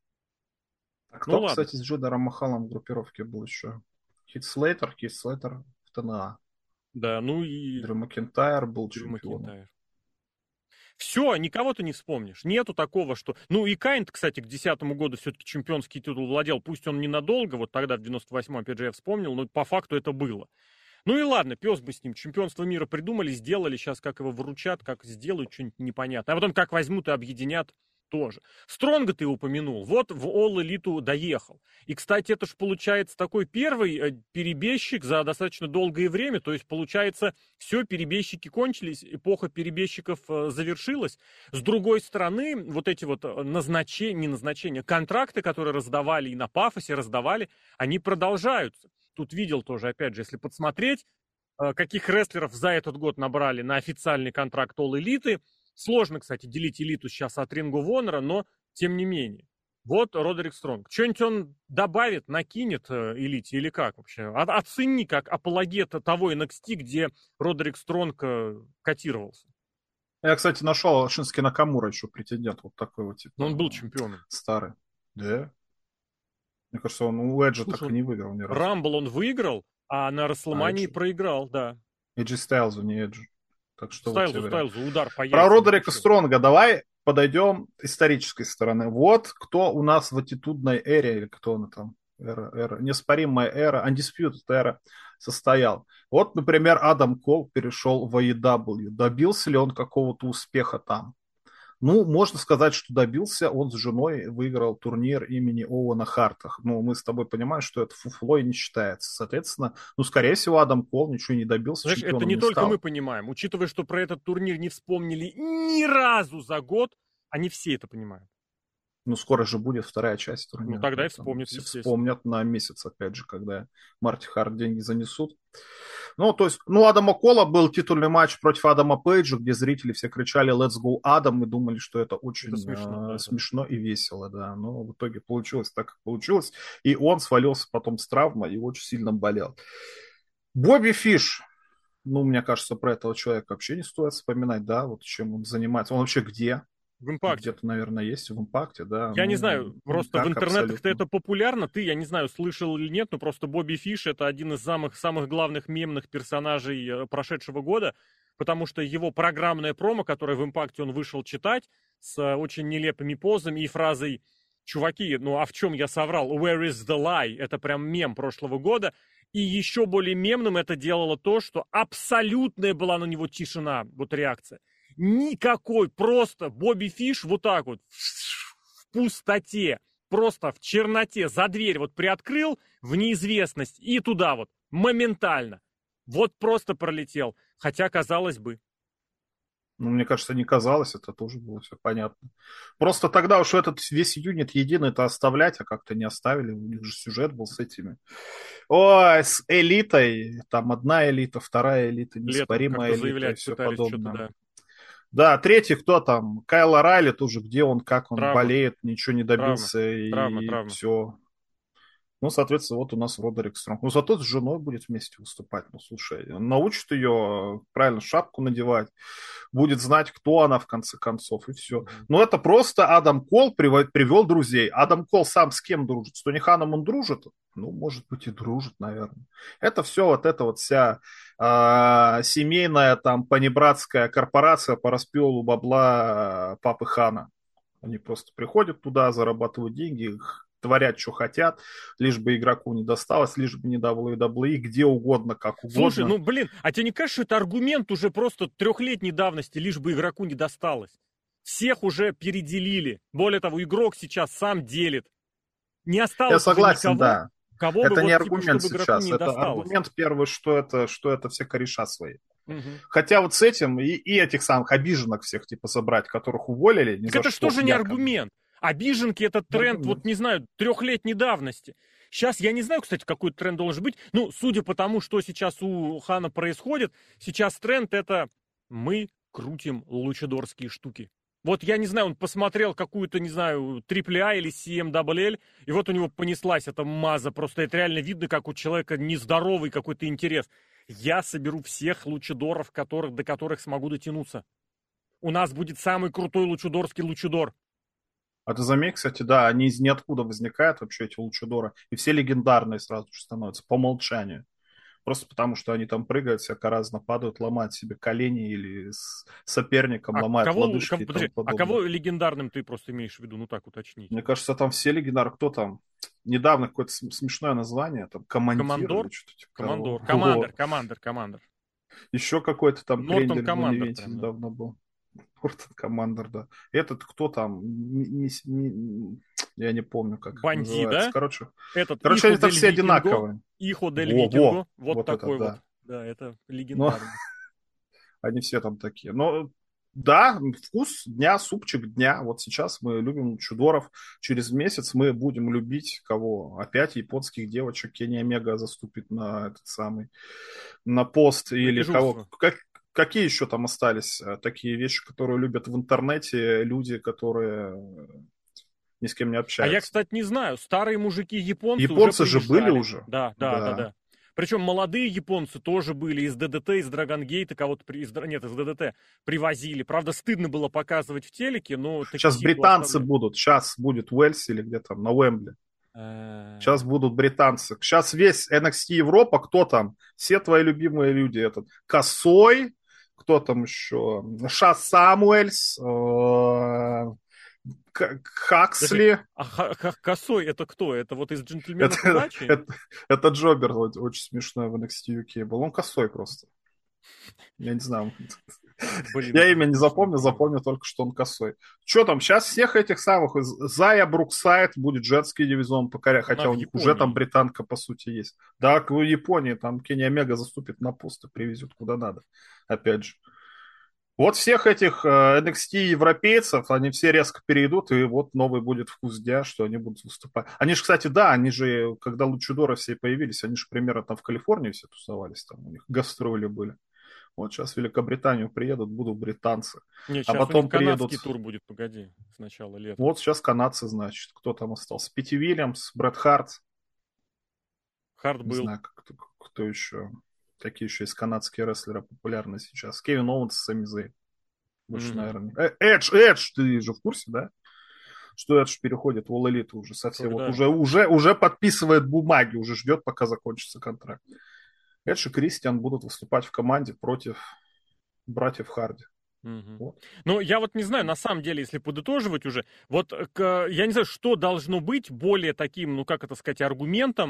А Ну кто, ладно. кстати, с Джиндером Махалом в группировке был еще? Хит Слейтер в ТНА. Да, ну и Дрю Макентайр был Дрю чемпионом. Макентайр. Все, никого ты не вспомнишь. Нету такого, что... Ну и Кайнт, кстати, к 2010 году все-таки чемпионский титул владел. Пусть он ненадолго, вот тогда в 98-м, опять же, я вспомнил, но по факту это было. Ну и ладно, пес бы с ним. Чемпионство мира придумали, сделали. Сейчас как его вручат, как сделают, что-нибудь непонятно. А потом как возьмут и объединят тоже. Стронга ты упомянул. Вот в All Elite доехал. И, кстати, это же получается такой первый перебежчик за достаточно долгое время. То есть, получается, все, перебежчики кончились, эпоха перебежчиков завершилась. С другой стороны, вот эти вот контракты, которые раздавали и на Пафосе раздавали, они продолжаются. Тут видел тоже, опять же, если подсмотреть, каких рестлеров за этот год набрали на официальный контракт All Elite. Сложно, кстати, делить элиту сейчас от Ring of Honor, но тем не менее. Вот Родерик Стронг. Что-нибудь он добавит, накинет элите или как вообще? Оцени как апологет того NXT, где Родерик Стронг котировался. Я, кстати, нашел Шински Накамура еще претендент. Вот такой вот, типа, Но он был чемпионом. старый. Да? Мне кажется, он у Эджа так и не выиграл ни разу. Рамбл он выиграл, а на Расселмании проиграл, да. Эджи Стайлзу, не Эджи. Так что Стайлзу удар по яйцам. Про Родерика Стронга давай подойдем исторической стороны. Вот кто у нас в аттитудной эре, или кто она там, эра, неоспоримая эра, undisputed эра состоял. Вот, например, Адам Кол перешел в AEW. Добился ли он какого-то успеха там? Ну, можно сказать, что добился. Он с женой выиграл турнир имени Оуэна Харта. Ну, мы с тобой понимаем, что это фуфло и не считается. Соответственно, ну, скорее всего, Адам Кол ничего не добился. Знаешь, это не только мы понимаем. Учитывая, что про этот турнир не вспомнили ни разу за год, они все это понимают. Ну, скоро же будет вторая часть турнира. Ну, тогда и вспомнят, все вспомнят на месяц, опять же, когда Марти Харт деньги занесут. Ну, то есть, ну, Адама Кола был титульный матч против Адама Пейджа, где зрители все кричали «Let's go, Адам!» и думали, что это очень смешно и весело, да. Но в итоге получилось так, как получилось. И он свалился потом с травмой и очень сильно болел. Бобби Фиш. Ну, мне кажется, про этого человека вообще не стоит вспоминать, да, вот чем он занимается. Он вообще где? В Импакте. Где-то, наверное, есть в Импакте, да. Я не знаю, просто в интернетах-то это популярно. Ты, я не знаю, слышал или нет, но просто Бобби Фиш — это один из самых главных мемных персонажей прошедшего года, потому что его программное промо, которое в Импакте он вышел читать, с очень нелепыми позами и фразой «Чуваки, ну а в чем я соврал? Where is the lie?» Это прям мем прошлого года. И еще более мемным это делало то, что абсолютная была на него тишина, вот реакция. Никакой, просто Бобби Фиш вот так вот в пустоте, просто в черноте за дверь вот приоткрыл в неизвестность и туда вот моментально. Вот просто пролетел. Хотя, казалось бы. Ну, мне кажется, не казалось, это тоже было все понятно. Просто тогда уж этот весь юнит единый-то оставлять, а как-то не оставили. У них же сюжет был с этими. Ой, с элитой. Там одна элита, вторая элита, Летом неоспоримая как-то элита и заявлять все пытались что-то, подобное. да. Да, третий кто там? Кайл Райли тоже, где он, как он Травма, болеет, ничего не травма, добился травма, и травма. все. Ну, соответственно, вот у нас Родерик Стронг. Ну, зато с женой будет вместе выступать. Ну, слушай, он научит ее правильно шапку надевать, будет знать, кто она в конце концов, и все. Мгм. Но это просто Адам Кол привел друзей. Адам Кол сам с кем дружит? С Тони Ханом он дружит? Ну, может быть, и дружит, наверное. Это все вот эта вот вся семейная там понебратская корпорация по распилу бабла папы Хана. Они просто приходят туда, зарабатывают деньги, творят, что хотят, лишь бы игроку не досталось, лишь бы не WWE, где угодно, как Слушай, угодно. ну блин, а тебе не кажется, что это аргумент уже просто трехлетней давности, лишь бы игроку не досталось? Всех уже переделили. Более того, игрок сейчас сам делит. Не Я осталось уже согласен, никого, да. кого бы Это не вот, типа, аргумент чтобы игроку сейчас, не это досталось. аргумент первый, что это все кореша свои. Мгм. Хотя вот с этим и этих самых обиженных всех типа собрать, которых уволили ни Так за это что что, же не якобы. аргумент? Обиженки это Не тренд, вот аргумент. не знаю, трехлетней давности. Сейчас я не знаю, кстати, какой тренд должен быть. Ну, судя по тому, что сейчас у Хана происходит, сейчас тренд это мы крутим лучидорские штуки. Вот я не знаю, он посмотрел какую-то, не знаю, AAA или CMLL, и вот у него понеслась эта маза. Просто это реально видно, как у человека нездоровый какой-то интерес. Я соберу всех лучидоров, до которых смогу дотянуться. У нас будет самый крутой лучидорский лучидор. А ты заметь, кстати, да, они из ниоткуда возникают вообще, эти лучидоры, и все легендарные сразу же становятся по умолчанию. Просто потому, что они там прыгают, всяко разно падают, ломают себе колени или с соперником ломают лодыжки и тому Подожди, а подобное. кого легендарным ты просто имеешь в виду? Ну так уточнить. Мне кажется, там все легендары. Кто там? Недавно какое-то смешное название, там, командир или Командор? что-то типа того. Командор. Вот. Командер. Еще какой-то там Нортон крендель в Командер мейн-ивенте прям, да. недавно был. Портон Командер, да. Этот кто там? Я не помню, как это Банди, называется. да? Короче, Этот они Ихо там дель все Викинго. одинаковые. Ихо дель Во, Викинго. Вот вот этот, такой вот. да. Да, это Ну, легендарный. они все там такие. Но да, вкус дня, супчик дня. Вот сейчас мы любим Чудоров. Через месяц мы будем любить кого? Опять японских девочек. Кенни Омега заступит на этот самый, на пост. На Или кого? дежурство. Какие еще там остались такие вещи, которые любят в интернете люди, которые ни с кем не А я, общаются? кстати, не знаю. Старые мужики японцы уже Японцы же были приезжали. уже. Да. Да. Причем молодые японцы тоже были из ДДТ, из Драгонгейта, кого-то нет, из ДДТ привозили. Правда, стыдно было показывать в телеке, но таки Сейчас силу британцы оставляли. будут. Сейчас будет Уэльс или где там, на Уэмбли. Сейчас Э, будут британцы. Сейчас весь NXT Европа, кто там? Все твои любимые люди. Этот Косой, кто там еще? Ша Самуэльс, Подожди, Хаксли. а Косой это кто? Это вот из «Джентльменов Это, удачи»? это Джобер очень смешной в NXT UK был. Он косой просто. Я не знаю. Блин, Я это имя не смешно, запомнил, правда. запомнил только, что он косой. Что там, сейчас всех этих самых, Зая Бруксайд будет женский дивизион покорять, Она хотя в у них уже там Японии. британка, по сути, есть. Да, в Японии там Кенни Омега заступит на пост и привезет куда надо, опять же. Вот всех этих NXT европейцев, они все резко перейдут, и вот новый будет вкус дня, что они будут выступать. Они же, кстати, да, они же, когда Лучидоры все появились, они же примерно там в Калифорнии все тусовались, там у них гастроли были. Вот сейчас в Великобританию приедут, будут британцы. Нет, А сейчас у них потом канадский приедут... тур будет, погоди, с начала лета. Вот сейчас канадцы, значит. Кто там остался? Питти Вильямс, Брэд Харт. Хард Не был. знаю, кто еще. Какие еще есть канадские рестлеры популярны сейчас? Кевин Оуэнс, Сами Зейн. Больше, Мгм. наверное. Эдж, ты же в курсе, да? Что Эдж переходит в All Elite уже совсем. Вот Когда? уже подписывает бумаги, уже ждет, пока закончится контракт. Эдж и Кристиан будут выступать в команде против братьев Харди. Мгм. Вот. Ну, я вот не знаю, на самом деле, если подытоживать уже, вот я не знаю, что должно быть более таким, ну, как это сказать, аргументом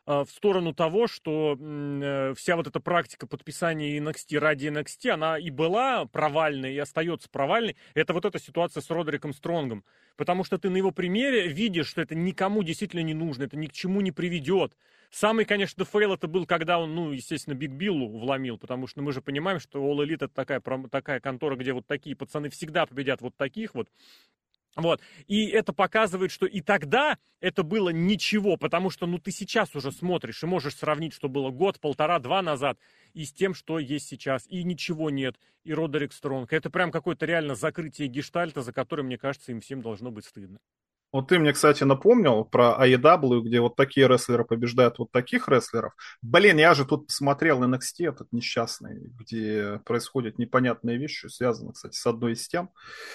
в сторону того, что вся вот эта практика подписания NXT ради NXT, она и была провальной, и остается провальной. Это вот эта ситуация с Родериком Стронгом. Потому что ты на его примере видишь, что это никому действительно не нужно, это ни к чему не приведет. Самый, конечно, фейл это был, когда он, ну, естественно, Биг Биллу вломил, потому что мы же понимаем, что All Elite это такая контора, где вот такие пацаны всегда победят вот таких вот. Вот. И это показывает, что и тогда это было ничего, потому что, ну, ты сейчас уже смотришь и можешь сравнить, что было год, полтора, два назад, и с тем, что есть сейчас. И ничего нет. И Родерик Стронг. Это прям какое-то реально закрытие гештальта, за которым, мне кажется, им всем должно быть стыдно. Вот ты мне, кстати, напомнил про AEW, где вот такие рестлеры побеждают вот таких рестлеров. Блин, я же тут посмотрел NXT, этот несчастный, где происходят непонятные вещи, связанные, кстати, с одной из тем,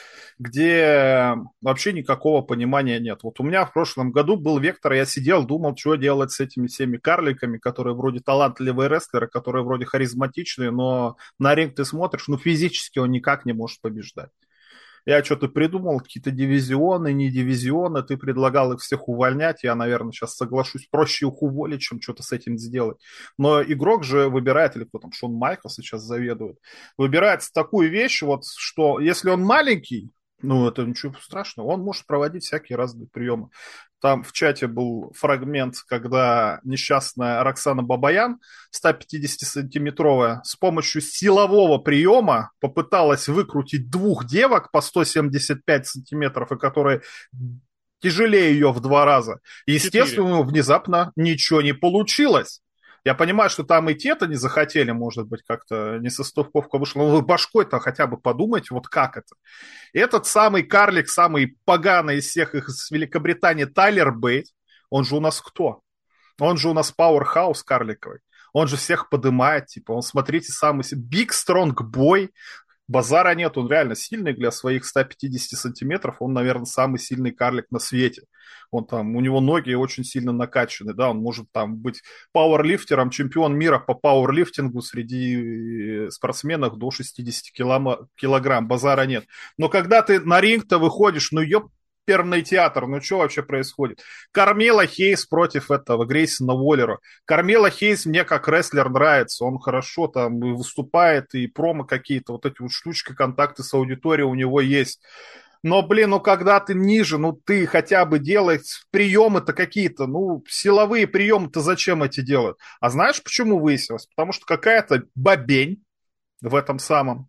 где вообще никакого понимания нет. Вот у меня в прошлом году был Вектор, я сидел, думал, что делать с этими всеми карликами, которые вроде талантливые рестлеры, которые вроде харизматичные, но на ринг ты смотришь, ну физически он никак не может побеждать. Я что-то придумал, какие-то дивизионы, не дивизионы, ты предлагал их всех увольнять, я, наверное, сейчас соглашусь, проще их уволить, чем что-то с этим сделать. Но игрок же выбирает, или кто там, Шон Майкл сейчас заведует, выбирает такую вещь, вот, что если он маленький, ну, это ничего страшного, он может проводить всякие разные приемы. Там в чате был фрагмент, когда несчастная Роксана Бабаян, 150-сантиметровая, с помощью силового приема попыталась выкрутить двух девок по 175 сантиметров, и которые тяжелее ее в 2 раза. Естественно, внезапно ничего не получилось. Я понимаю, что там и те-то не захотели, может быть, как-то несостыковка вышла. Но вы башкой-то хотя бы подумайте, вот как это. Этот самый карлик, самый поганый из всех их из Великобритании, Тайлер Бейт, он же у нас кто? Он же у нас пауэрхаус карликовый. Он же всех подымает, типа, он, смотрите, самый Big Strong Boy, базара нет, он реально сильный для своих 150 сантиметров, он, наверное, самый сильный карлик на свете. Он там, у него ноги очень сильно накачаны, да, он может там быть пауэрлифтером, чемпион мира по пауэрлифтингу среди спортсменов до 60 килограмм, базара нет. Но когда ты на ринг-то выходишь, ну ёп, оперный театр, ну что вообще происходит? Кармела Хейс против этого Грейсона Уоллера. Кармела Хейс мне как рестлер нравится, он хорошо там выступает, и промо какие-то, вот эти вот штучки, контакты с аудиторией у него есть. Но, блин, ну когда ты ниже, ну ты хотя бы делай приемы-то какие-то, ну силовые приемы-то зачем эти делают? А знаешь, почему выяснилось? Потому что какая-то бабень в этом самом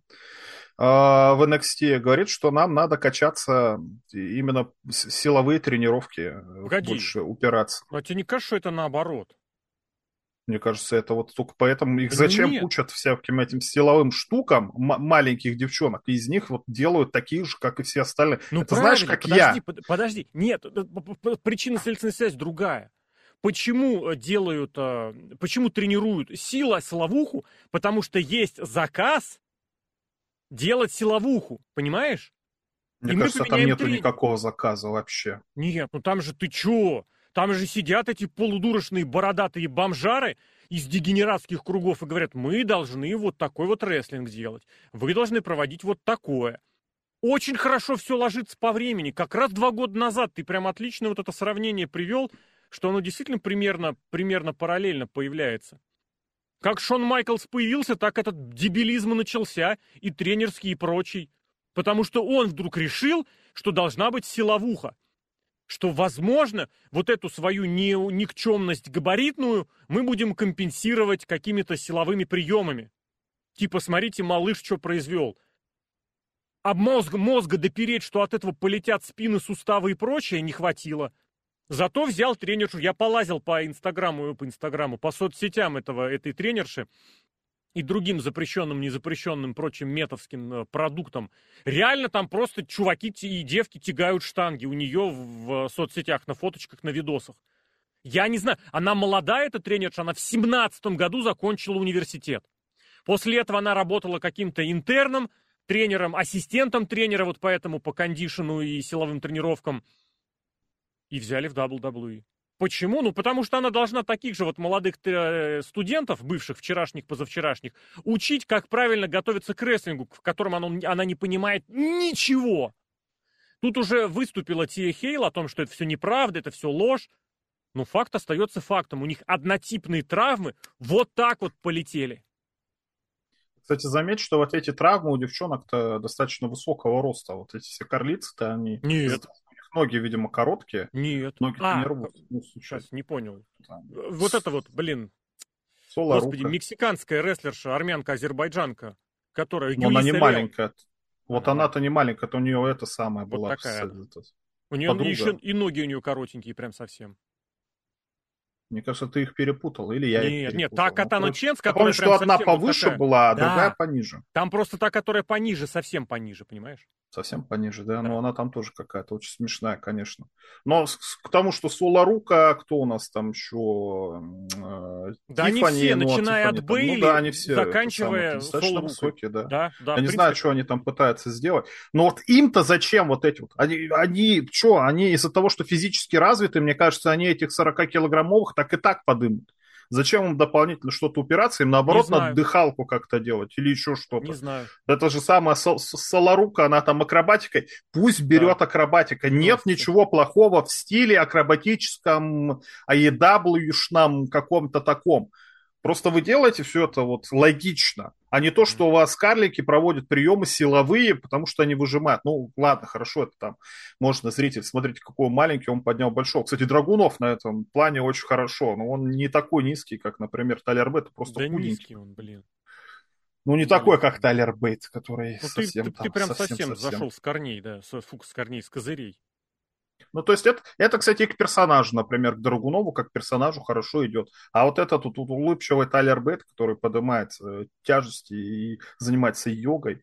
в NXT говорит, что нам надо качаться именно силовые тренировки, Погоди, больше упираться. а тебе не кажется, что это наоборот? Мне кажется, это вот только поэтому их Да зачем нет. учат всяким этим силовым штукам маленьких девчонок, и из них вот делают такие же, как и все остальные. Ну, это знаешь, как подожди, я. подожди. Нет, причина следственная связь другая. Почему делают, почему тренируют силовуху? Потому что есть заказ делать силовуху, понимаешь? Мне И мы кажется, там поменяем нету тренера. никакого заказа вообще. Нет, ну там же ты чё? Там же сидят эти полудурочные бородатые бомжары из дегенератских кругов и говорят, мы должны вот такой вот рестлинг делать. Вы должны проводить вот такое. Очень хорошо все ложится по времени. Как раз 2 года назад ты прям отлично вот это сравнение привел, что оно действительно примерно параллельно появляется. Как Шон Майклс появился, так этот дебилизм и начался, и тренерский, и прочий. Потому что он вдруг решил, что должна быть силовуха. Что, возможно, вот эту свою никчемность габаритную мы будем компенсировать какими-то силовыми приемами. Типа, смотрите, малыш что произвел. А мозга допереть, что от этого полетят спины, суставы и прочее, не хватило. Зато взял тренершу. Я полазил по соцсетям этой тренерши и другим запрещенным, незапрещенным прочим метовским продуктам. Реально там просто чуваки и девки тягают штанги у нее в соцсетях, на фоточках, на видосах. Я не знаю, она молодая, эта тренерша, она в 17-м году закончила университет. После этого она работала каким-то интерном, тренером, ассистентом тренера, вот поэтому по кондишену и силовым тренировкам. И взяли в WWE. Почему? Ну, потому что она должна таких же вот молодых студентов, бывших, вчерашних, позавчерашних, учить, как правильно готовиться к рестлингу, в котором она не понимает ничего. Тут уже выступила Тия Хейл о том, что это все неправда, это все ложь. Но факт остается фактом. У них однотипные травмы вот так вот полетели. Кстати, заметь, что вот эти травмы у девчонок-то достаточно высокого роста. Вот эти все карлицы-то, они... Нет. У них ноги, видимо, короткие. Нет. Ноги-то не рвут. Ну, слушай, сейчас не понял. там, Вот это вот, блин, Соло господи, Рука. мексиканская рестлерша, армянка-азербайджанка, которая... Но она не Юлиса маленькая. Вот Она она-то не маленькая, это у нее это самое вот была такая она. У нее подруга. еще и ноги у нее коротенькие, прям совсем. Мне кажется, ты их перепутал, или я их перепутал. Нет, та Катана Ченс, я которая помню, прям что одна совсем вот повыше такая. была, а Да. другая пониже. Там просто та, которая пониже, совсем пониже, понимаешь? Совсем пониже, да? Да. Но она там тоже какая-то очень смешная, конечно. Но к тому, что Соло Рука, кто у нас там еще? Да, Тиффани, они все, ну, начиная Тиффани от там, Бейли, ну да, они все заканчивая достаточно Соло Рукой. высокие, да. Да, Я не знаю, что они там пытаются сделать. Но вот им-то зачем вот эти вот? Они что, они из-за того, что физически развиты, мне кажется, они этих 40-килограммовых так и так подымут. Зачем им дополнительно что-то упираться? Им наоборот надо дыхалку как-то делать или еще что-то. Не знаю. Это же самая Солорука, она там акробатикой. Пусть берет акробатика. Нет ничего плохого в стиле акробатическом, AEW-шном каком-то таком. Просто вы делаете все это вот логично, а не то, что у вас карлики проводят приемы силовые, потому что они выжимают. Ну, ладно, хорошо, это там можно зритель, смотрите, какой он маленький, он поднял большого. Кстати, Драгунов на этом плане очень хорошо, но он не такой низкий, как, например, Тайлер Бейт, просто да худенький. низкий он, блин. Ну, не такой, как Тайлер Бейт, который совсем ты прям совсем зашел с корней, да, с корней, с козырей. Ну, то есть это, кстати, и к персонажу, например, к Драгунову, как к персонажу хорошо идет. А вот этот тут улыбчивый Тайлер Бейт, который поднимает тяжести и занимается йогой,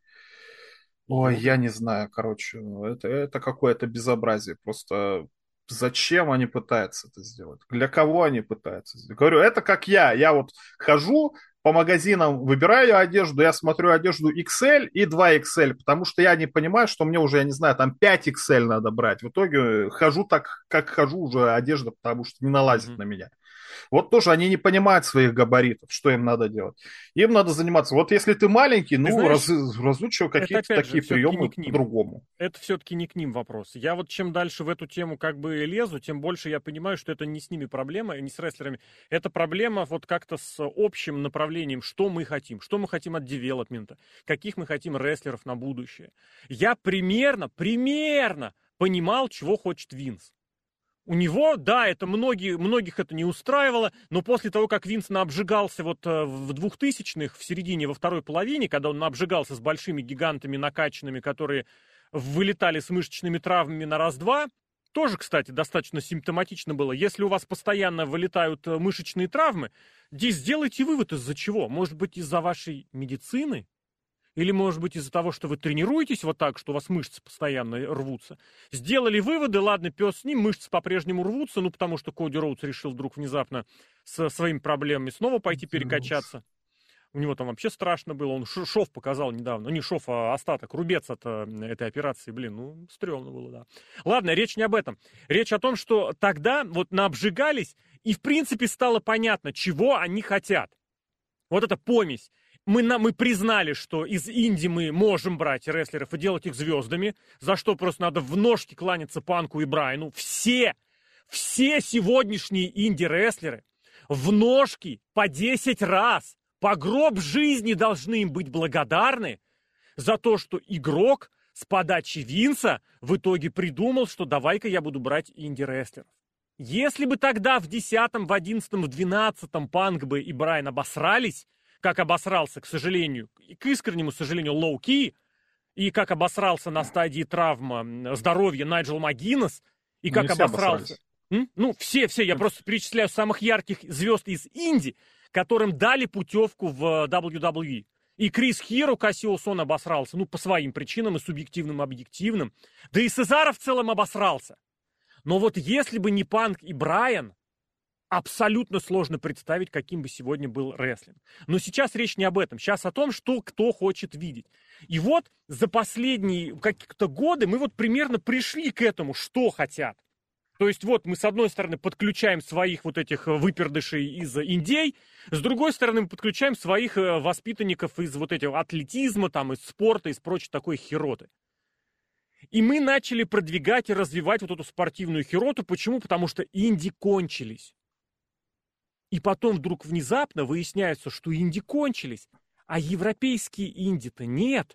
ой, я не знаю, короче, это какое-то безобразие. Просто зачем они пытаются это сделать? Для кого они пытаются сделать? Говорю, это как я вот хожу по магазинам, выбираю одежду, я смотрю одежду XL и 2XL, потому что я не понимаю, что мне уже, я не знаю, там 5XL надо брать. В итоге хожу так, как хожу уже одежда, потому что не налазит на меня. Вот тоже они не понимают своих габаритов, что им надо делать. Им надо заниматься. Вот если ты маленький, ну, разучивай какие-то такие приемы по-другому. Это все-таки не к ним вопрос. Я вот чем дальше в эту тему как бы лезу, тем больше я понимаю, что это не с ними проблема, не с рестлерами. Это проблема вот как-то с общим направлением, что мы хотим от девелопмента, каких мы хотим рестлеров на будущее. Я примерно понимал, чего хочет Винс. У него, да, это многих это не устраивало, но после того, как Винс наобжигался вот в 2000-х, в середине, во второй половине, когда он наобжигался с большими гигантами накачанными, которые вылетали с мышечными травмами на раз-два, тоже, кстати, достаточно симптоматично было. Если у вас постоянно вылетают мышечные травмы, сделайте вывод, из-за чего. Может быть, из-за вашей медицины? Или, может быть, из-за того, что вы тренируетесь вот так, что у вас мышцы постоянно рвутся. Сделали выводы, ладно, пес с ним, мышцы по-прежнему рвутся, ну, потому что Коди Роудс решил вдруг внезапно со своими проблемами снова пойти перекачаться. У него там вообще страшно было, он шов показал недавно, не шов, а остаток, рубец от этой операции, блин, ну, стрёмно было, да. Ладно, речь не об этом. Речь о том, что тогда вот наобжигались, и, в принципе, стало понятно, чего они хотят. Вот эта помесь. Мы признали, что из Инди мы можем брать рестлеров и делать их звездами, за что просто надо в ножки кланяться Панку и Брайану. Все сегодняшние инди-рестлеры в ножки по 10 раз, по гроб жизни должны им быть благодарны за то, что игрок с подачи Винса в итоге придумал, что давай-ка я буду брать инди-рестлеров. Если бы тогда в 10-м, в 11-м, в 12-м Панк бы и Брайан обосрались, как обосрался, к сожалению, и к искреннему сожалению, Лоу-Ки, и как обосрался на стадии травмы здоровья Найджел МакГиннес, и как обосрался... Ну, все, я просто перечисляю самых ярких звезд из Инди, которым дали путевку в WWE. И Крис Хиро, Кассиосон обосрался, ну, по своим причинам, и субъективным, и объективным. Да и Сезаро в целом обосрался. Но вот если бы не Панк и Брайан, абсолютно сложно представить, каким бы сегодня был рестлинг. Но сейчас речь не об этом. Сейчас о том, что кто хочет видеть. И вот за последние какие-то годы мы вот примерно пришли к этому, что хотят. То есть вот мы с одной стороны подключаем своих вот этих выпердышей из Индей, с другой стороны мы подключаем своих воспитанников из вот этого атлетизма, там, из спорта, из прочей такой хероты. И мы начали продвигать и развивать вот эту спортивную хероту. Почему? Потому что инди кончились. И потом вдруг внезапно выясняется, что инди кончились, а европейские инди-то нет.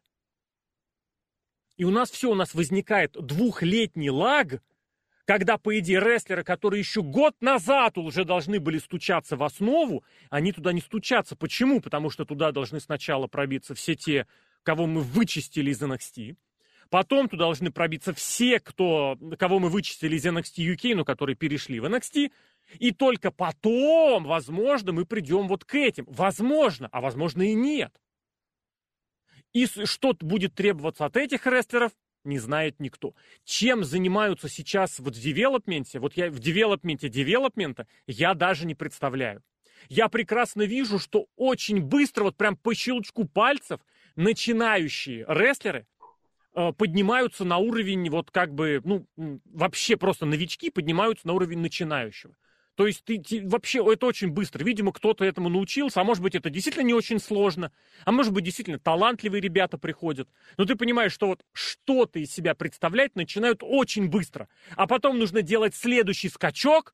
И у нас возникает двухлетний лаг, когда, по идее, рестлеры, которые еще год назад уже должны были стучаться в основу, они туда не стучатся. Почему? Потому что туда должны сначала пробиться все те, кого мы вычистили из NXT. Потом туда должны пробиться все, кого мы вычистили из NXT UK, но которые перешли в NXT. И только потом, возможно, мы придем вот к этим. Возможно, а возможно и нет. И что будет требоваться от этих рестлеров, не знает никто. Чем занимаются сейчас вот в девелопменте, вот я в девелопмента, я даже не представляю. Я прекрасно вижу, что очень быстро, вот прям по щелчку пальцев, начинающие рестлеры поднимаются на уровень, вот как бы, ну, вообще просто новички поднимаются на уровень начинающего. То есть вообще это очень быстро. Видимо, кто-то этому научился, а может быть, это действительно не очень сложно, а может быть, действительно талантливые ребята приходят. Но ты понимаешь, что вот что-то из себя представлять начинают очень быстро. А потом нужно делать следующий скачок,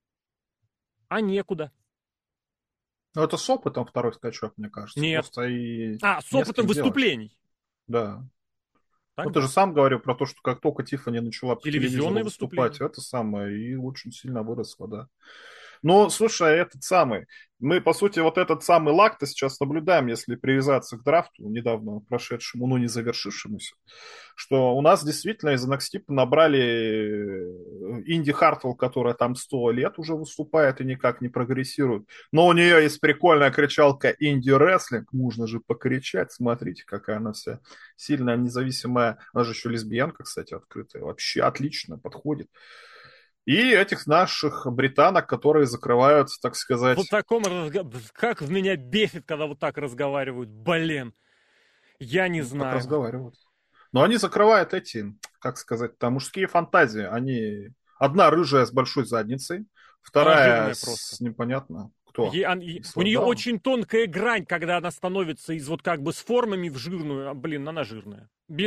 а некуда. Ну, это с опытом второй скачок, мне кажется. Нет. Просто и с опытом выступлений. Да. Так? Ну, ты же сам говорил про то, что как только Тиффани начала по телевизору выступать, выступления. это самое, и очень сильно выросла, да. Но, слушай, этот самый, мы, по сути, вот этот самый лаг-то сейчас наблюдаем, если привязаться к драфту, недавно прошедшему, но не завершившемуся, что у нас действительно из NXT набрали Инди Хартвелл, которая там 100 лет уже выступает и никак не прогрессирует. Но у нее есть прикольная кричалка «Инди рестлинг», можно же покричать, смотрите, какая она вся сильная, независимая, она же еще лесбиянка, кстати, открытая, вообще отлично подходит. И этих наших британок, которые закрывают, так сказать... Вот таком как в меня бесит, когда вот так разговаривают. Блин, я не знаю. Так разговаривают. Но они закрывают эти, как сказать, там мужские фантазии. Они... Одна рыжая с большой задницей, вторая с непонятно кто. У нее очень тонкая грань, когда она становится из вот как бы с формами в жирную. Блин, она жирная.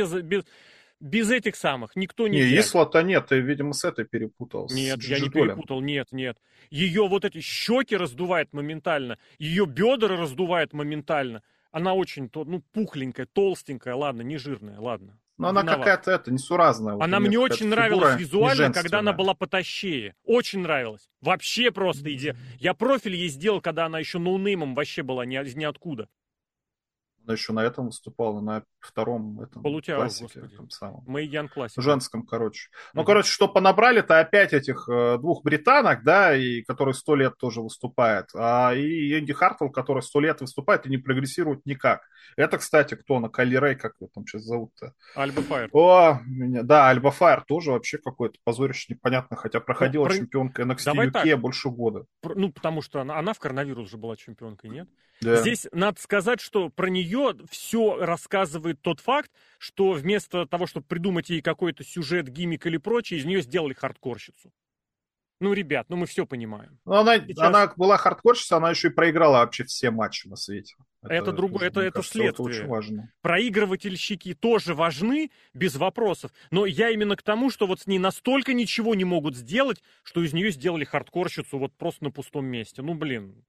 Без этих самых никто не Не, Исла-то нет, ты, видимо, с этой перепутал. Нет, я не перепутал, нет. Ее вот эти щеки раздувает моментально, ее бедра раздувает моментально. Она очень, пухленькая, толстенькая, ладно, не жирная, ладно. Но она какая-то несуразная. Она мне очень нравилась визуально, когда она была потащее. Очень нравилась. Вообще просто идея. Я профиль ей сделал, когда она еще ноунеймом вообще была ниоткуда. Она еще на этом выступала, на втором этом классике. Этом самом. Мэйян классик. Женском, короче. Ну, короче, что понабрали-то опять этих двух британок, да, и которые 100 лет тоже выступает. И Энди Хартвелл, который 100 лет выступает и не прогрессирует никак. Это, кстати, кто на Калли Рэй, как его там сейчас зовут-то? Альба Файр. Да, Альба Файр тоже вообще какое-то позорище непонятно, хотя проходила чемпионка NXT UK больше года. Потому что она в коронавирус же была чемпионкой, нет? Да. Здесь надо сказать, что про нее все рассказывает тот факт, что вместо того, чтобы придумать ей какой-то сюжет, гиммик или прочее, из нее сделали хардкорщицу. Ну, ребят, мы все понимаем. Она была хардкорщицей, она еще и проиграла вообще все матчи на свете. Это другое, это следствие. Это очень важно. Проигрывательщики тоже важны, без вопросов. Но я именно к тому, что вот с ней настолько ничего не могут сделать, что из нее сделали хардкорщицу вот просто на пустом месте. блин.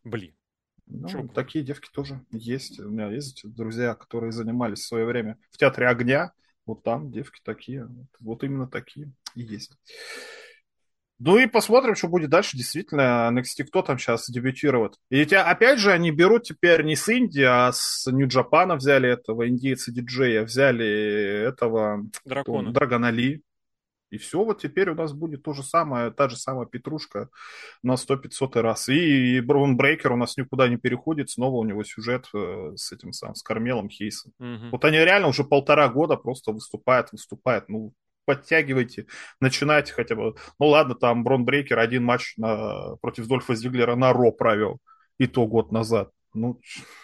Ну, такие девки тоже есть. У меня есть друзья, которые занимались в свое время в Театре Огня. Вот там девки такие. Вот именно такие и есть. Ну и посмотрим, что будет дальше. Действительно, NXT кто там сейчас дебютирует. И опять же, они берут теперь не с Индии, а с Нью-Джапана взяли этого индейца-диджея, взяли этого Драгона Ли. И все, вот теперь у нас будет то же самое, та же самая петрушка на 100-500 раз. И Брон Брейкер у нас никуда не переходит, снова у него сюжет с этим самым, с Кармелом Хейсом. Угу. Вот они реально уже 1,5 года просто выступают. Ну, подтягивайте, начинайте хотя бы. Ну ладно, там Брон Брейкер один матч против Дольфа Зиглера на Ро провел, и то год назад. Ну,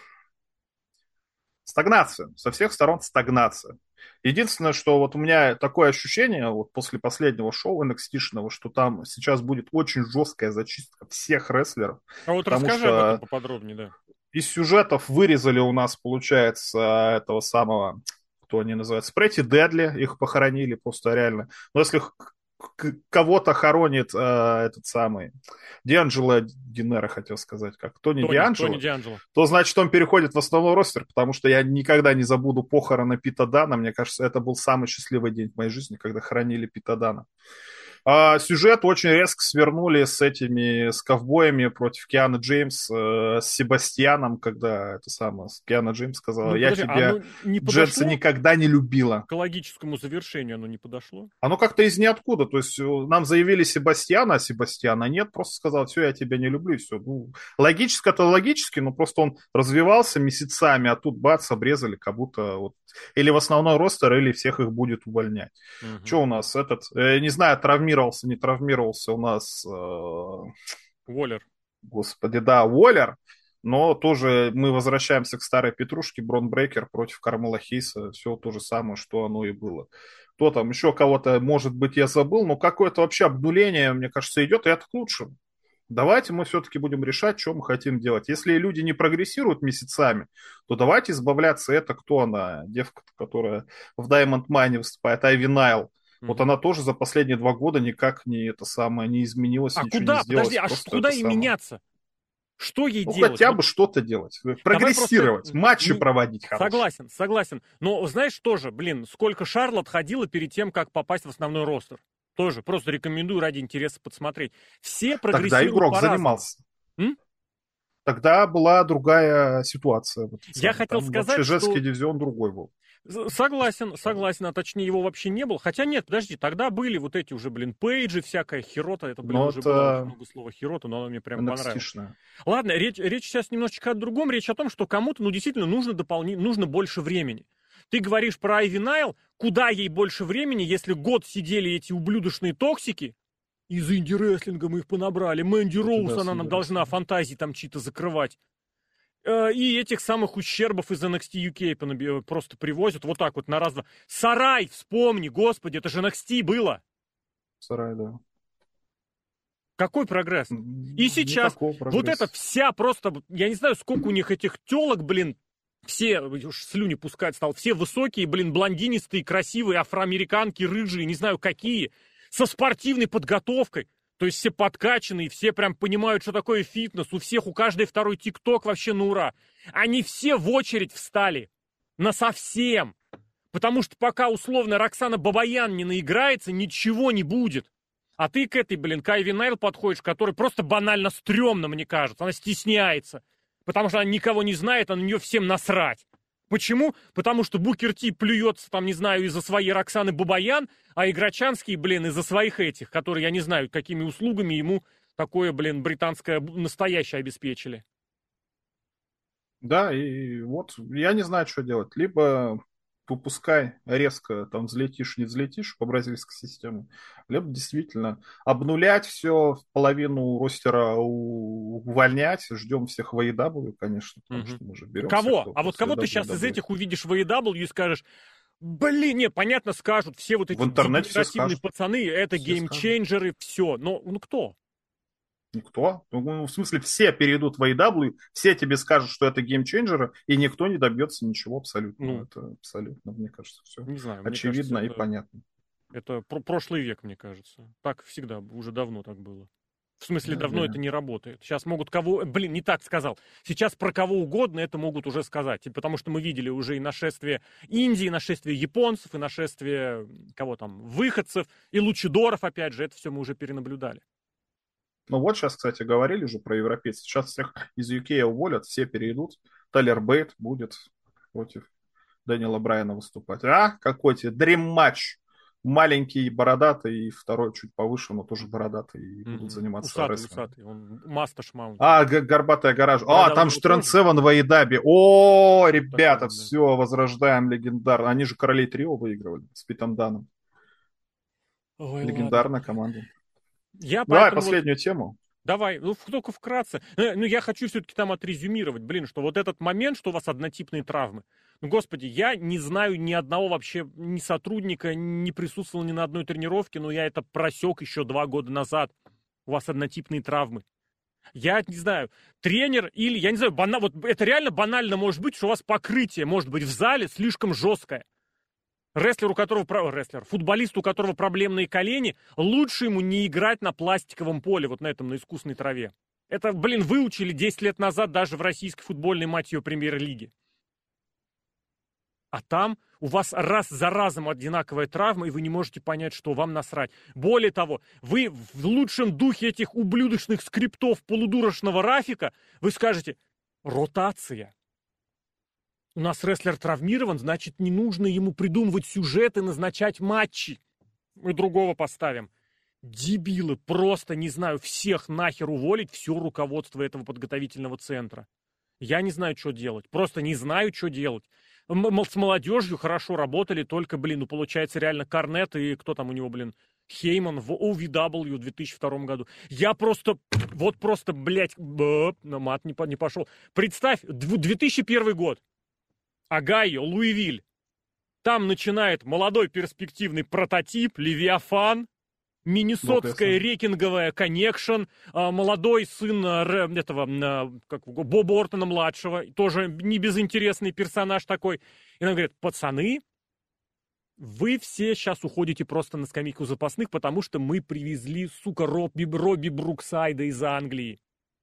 стагнация, со всех сторон стагнация. Единственное, что вот у меня такое ощущение вот после последнего шоу NXT-шного, что там сейчас будет очень жесткая зачистка всех рестлеров. А вот расскажи об этом поподробнее, да. Из сюжетов вырезали у нас, получается, этого самого, кто они называются, Pretty Deadly, их похоронили просто реально. Но если кого-то хоронит этот самый Дианджело Динера, хотел сказать, как Тони Дианджело, то значит он переходит в основной ростер, потому что я никогда не забуду похороны Пита Дана. Мне кажется, это был самый счастливый день в моей жизни, когда хоронили Пита Дана. Сюжет очень резко свернули с ковбоями против Кианы Джеймс, с Себастьяном, когда Киана Джеймс сказала, я тебя, Джетса, никогда не любила. К логическому завершению оно не подошло? Оно как-то из ниоткуда, то есть нам заявили Себастьяна, а Себастьяна нет, просто сказал, все, я тебя не люблю, и все. Ну, логически-то логически, но просто он развивался месяцами, а тут бац, обрезали, как будто вот или в основной ростер, или всех их будет увольнять. Угу. Что у нас не знаю, травмировался, не травмировался у нас... Уоллер. Господи, да, Уоллер. Но тоже мы возвращаемся к старой петрушке. Брон Брейкер против Кармела Хейса. Все то же самое, что оно и было. Кто там, еще кого-то, может быть, я забыл, но какое-то вообще обнуление, мне кажется, идет, и это к лучшему. Давайте мы все-таки будем решать, что мы хотим делать. Если люди не прогрессируют месяцами, то давайте избавляться. Это кто она? Девка, которая в Diamond Mine выступает, Айви Найл. Вот она тоже за последние 2 года никак не изменилась, ничего куда? не сделала. Подожди, куда ей меняться? Что ей делать? Хотя бы что-то делать. Прогрессировать, матчи проводить хорошие. Согласен. Но знаешь тоже, сколько Шарлотт ходила перед тем, как попасть в основной ростер. Тоже просто рекомендую ради интереса подсмотреть. Все прогрессируют Тогда игрок по-разному. занимался. Тогда была другая ситуация. Я хотел сказать, женский дивизион другой был. Согласен, а точнее его вообще не было. Хотя нет, подожди, тогда были вот эти уже, пейджи, всякая херота. Это, уже было много слова херота, но оно мне прям понравилось. Ладно, речь сейчас немножечко о другом. Речь о том, что кому-то, действительно нужно больше времени. Ты говоришь про Айви Найл, куда ей больше времени, если год сидели эти ублюдочные токсики, из инди-рестлинга мы их понабрали, Мэнди Роуз, она нам должна фантазии там чьи-то закрывать. И этих самых ущербов из NXT UK просто привозят вот так вот на раз-два. Сарай, вспомни, господи, это же NXT было. Сарай, да. Какой прогресс? И сейчас вот эта вся просто, я не знаю, сколько у них этих телок, все, уж слюни пускать стал, все высокие, блондинистые, красивые, афроамериканки, рыжие, не знаю какие, со спортивной подготовкой. То есть все подкачанные, все прям понимают, что такое фитнес, у каждой второй ТикТок вообще на ура. Они все в очередь встали. Насовсем. Потому что пока условно Роксана Бабаян не наиграется, ничего не будет. А ты к этой, к Айви Найл подходишь, которая просто банально стрёмно, мне кажется. Она стесняется. Потому что она никого не знает, а на нее всем насрать. Почему? Потому что Букер Ти плюется, не знаю, из-за своей Роксаны Бабаян, а Играчанский, из-за своих этих, которые, я не знаю, какими услугами ему такое, британское настоящее обеспечили. Да, и вот я не знаю, что делать. Либо выпускай резко, взлетишь, не взлетишь по бразильской системе, либо действительно обнулять все, половину ростера увольнять, ждем всех в AEW, конечно, потому что мы же берем... Кого? А вот кого ты сейчас из этих увидишь в AEW и скажешь, нет, понятно, скажут, все вот эти дегенеративные пацаны, это геймчейнджеры, все, но кто? Никто. В смысле, все перейдут в AEW, все тебе скажут, что это геймчейнджеры, и никто не добьется ничего абсолютно. Это абсолютно, мне кажется, все не знаю, очевидно кажется, и понятно. Это прошлый век, мне кажется. Так всегда, уже давно так было. В смысле, давно это не работает. Сейчас могут не так сказал. Сейчас про кого угодно это могут уже сказать. Потому что мы видели уже и нашествие Индии, и нашествие японцев, и нашествие выходцев, и лучидоров, опять же. Это все мы уже перенаблюдали. Ну вот сейчас, кстати, говорили же про европейцев. Сейчас всех из UK уволят, все перейдут. Тайлер Бейт будет против Дэниела Брайана выступать. Какой тебе дрим-матч. Маленький, бородатый, и второй чуть повыше, но тоже бородатый, и будут заниматься рестлингом. Усатый, он Масташ Маунт. Горбатая гараж. Там же Тренд Севен в AEW. Ребята, все, возрождаем легендарно. Они же Королей Трио выигрывали с Питом Даном. Легендарная команда. Давай последнюю тему. Давай, только вкратце. Я хочу все-таки отрезюмировать, что вот этот момент, что у вас однотипные травмы. Господи, я не знаю ни одного вообще, ни сотрудника, не присутствовал ни на одной тренировке, но я это просек еще 2 года назад. У вас однотипные травмы. Я не знаю, тренер или, я не знаю, вот это реально банально может быть, что у вас покрытие может быть в зале слишком жесткое. Футболист, у которого проблемные колени, лучше ему не играть на пластиковом поле, вот на этом, на искусственной траве. Это, выучили 10 лет назад даже в российской футбольной, мать ее, премьер-лиге. А там у вас раз за разом одинаковая травма, и вы не можете понять, что вам насрать. Более того, вы в лучшем духе этих ублюдочных скриптов полудурочного Рафика, вы скажете: ротация. У нас рестлер травмирован, значит, не нужно ему придумывать сюжеты, назначать матчи. Мы другого поставим. Дебилы, просто, не знаю, всех нахер уволить, все руководство этого подготовительного центра. Я не знаю, что делать. Просто не знаю, что делать. С молодежью хорошо работали, только, получается, реально Корнет и кто там у него, Хейман в OVW в 2002 году. Я просто, блядь, на мат не пошел. Представь, 2001 год. Огайо, Луивиль. Там начинает молодой перспективный прототип, Левиафан, миннесотская рекинговая коннекшн, молодой сын Боба Ортона-младшего, тоже не безинтересный персонаж такой. И он говорит: пацаны, вы все сейчас уходите просто на скамейку запасных, потому что мы привезли, сука, Робби Бруксайда из Англии.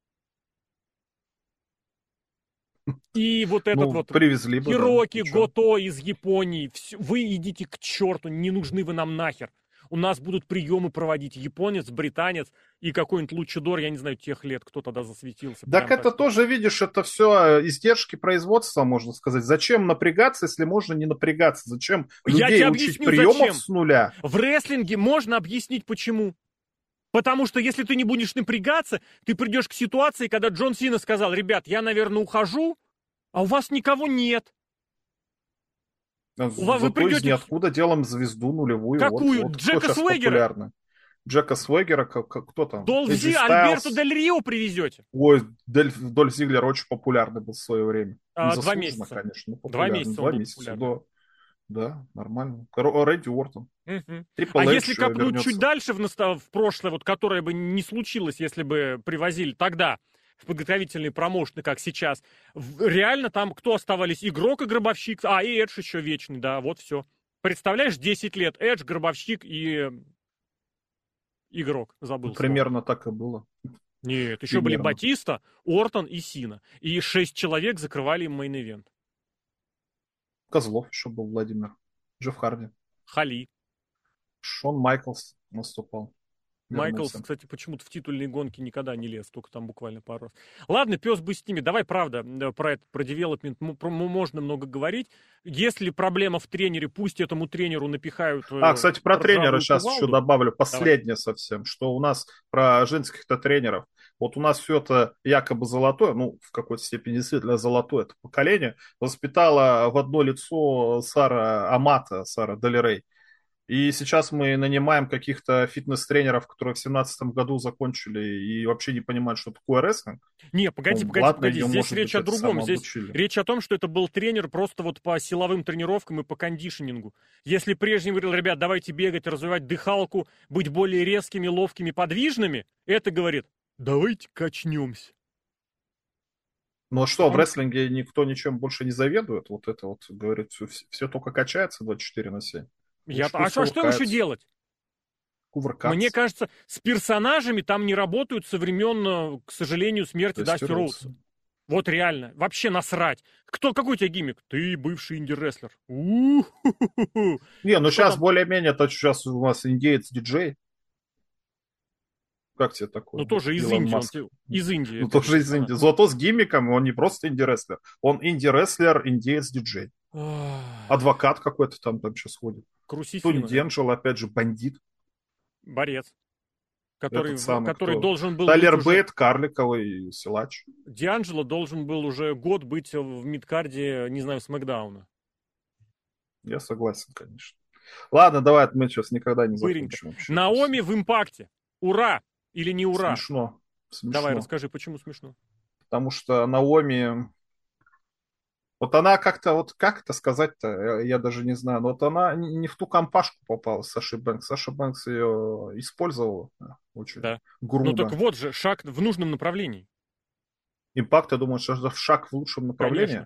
И привезли бы, Хироки Гото из Японии. Вы идите к черту, не нужны вы нам нахер. У нас будут приемы проводить японец, британец и какой-нибудь лучидор, я не знаю, тех лет, кто тогда засветился. Так это тоже, видишь, это все издержки производства, можно сказать. Зачем напрягаться, если можно не напрягаться? Зачем людей учить приемов с нуля? В рестлинге можно объяснить, почему. Потому что если ты не будешь напрягаться, ты придешь к ситуации, когда Джон Сина сказал: ребят, я, наверное, ухожу, а у вас никого нет. Вы придете... из ниоткуда делаем звезду нулевую. Какую? Джека Свегера? Джека Свегера, кто там? Долзи Альберто Дель Рио привезете. Ой, Дольф Зиглер очень популярный был в свое время. 2 месяца. Конечно. 2 месяца. 2 месяца, да, нормально. Рэнди Уортон. А если копнуть чуть дальше в прошлое, которое бы не случилось, если бы привозили тогда в подготовительные промоушены, как сейчас, реально там кто оставались? Игрок и Гробовщик, и Эдж еще вечный, да, вот все. Представляешь, 10 лет Эдж, Гробовщик и Игрок, забыл. Примерно так и было. Нет, еще были Батиста, Ортон и Сина. И 6 человек закрывали им мейн-ивент. Козлов еще был, Владимир. Джефф Харди. Хали. Шон Майклс наступал. Майклс, кстати, почему-то в титульные гонки никогда не лез, только там буквально пару раз. Ладно, пес бы с ними. Давай, правда, про девелопмент можно много говорить. Если проблема в тренере, пусть этому тренеру напихают... кстати, про тренера сейчас еще добавлю. Последнее совсем, что у нас про женских-то тренеров. Вот у нас все это якобы золотое, в какой-то степени действительно золотое это поколение, воспитало в одно лицо Сара Дель Рей. И сейчас мы нанимаем каких-то фитнес-тренеров, которые в 2017 году закончили и вообще не понимают, что такое рестлинг. Не, погоди. Здесь речь о другом. Здесь речь о том, что это был тренер просто по силовым тренировкам и по кондишнингу. Если прежний говорил: ребят, давайте бегать, развивать дыхалку, быть более резкими, ловкими, подвижными, это говорит: давайте качнемся. Ну что, в рестлинге никто ничем больше не заведует? Вот это говорит, все только качается 24/7. А что им еще делать? Кувыркаться. Мне кажется, с персонажами там не работают со времен, к сожалению, смерти Дасти Роудса. Вот реально. Вообще насрать. Какой у тебя гиммик? Ты бывший инди-рестлер. Не, сейчас там... более-менее, сейчас у нас индеец-диджей. Как тебе такое? Тоже из Индии. Из Индии. Тоже из Индии. Зато с гиммиком он не просто инди-рестлер. Он инди-рестлер, индеец-диджей. Адвокат какой-то там сейчас ходит. Тони Д'Анджело, опять же, бандит. Борец. Который должен был... Тайлер Бейт, карликовый силач. Д'Анджело должен был уже год быть в мидкарде, не знаю, Смэкдауна. Я согласен, конечно. Ладно, давай, мы сейчас никогда не закончим. Наоми в Импакте. Ура! Или не ура? Смешно. Давай, расскажи, почему смешно. Потому что Наоми... Вот она как-то, как это сказать-то, я даже не знаю, но она не в ту компашку попала с Сашей Бэнкс. Саша Бэнкс ее использовала очень грубо. Так вот же, шаг в нужном направлении. Импакт, я думаю, что шаг в лучшем направлении.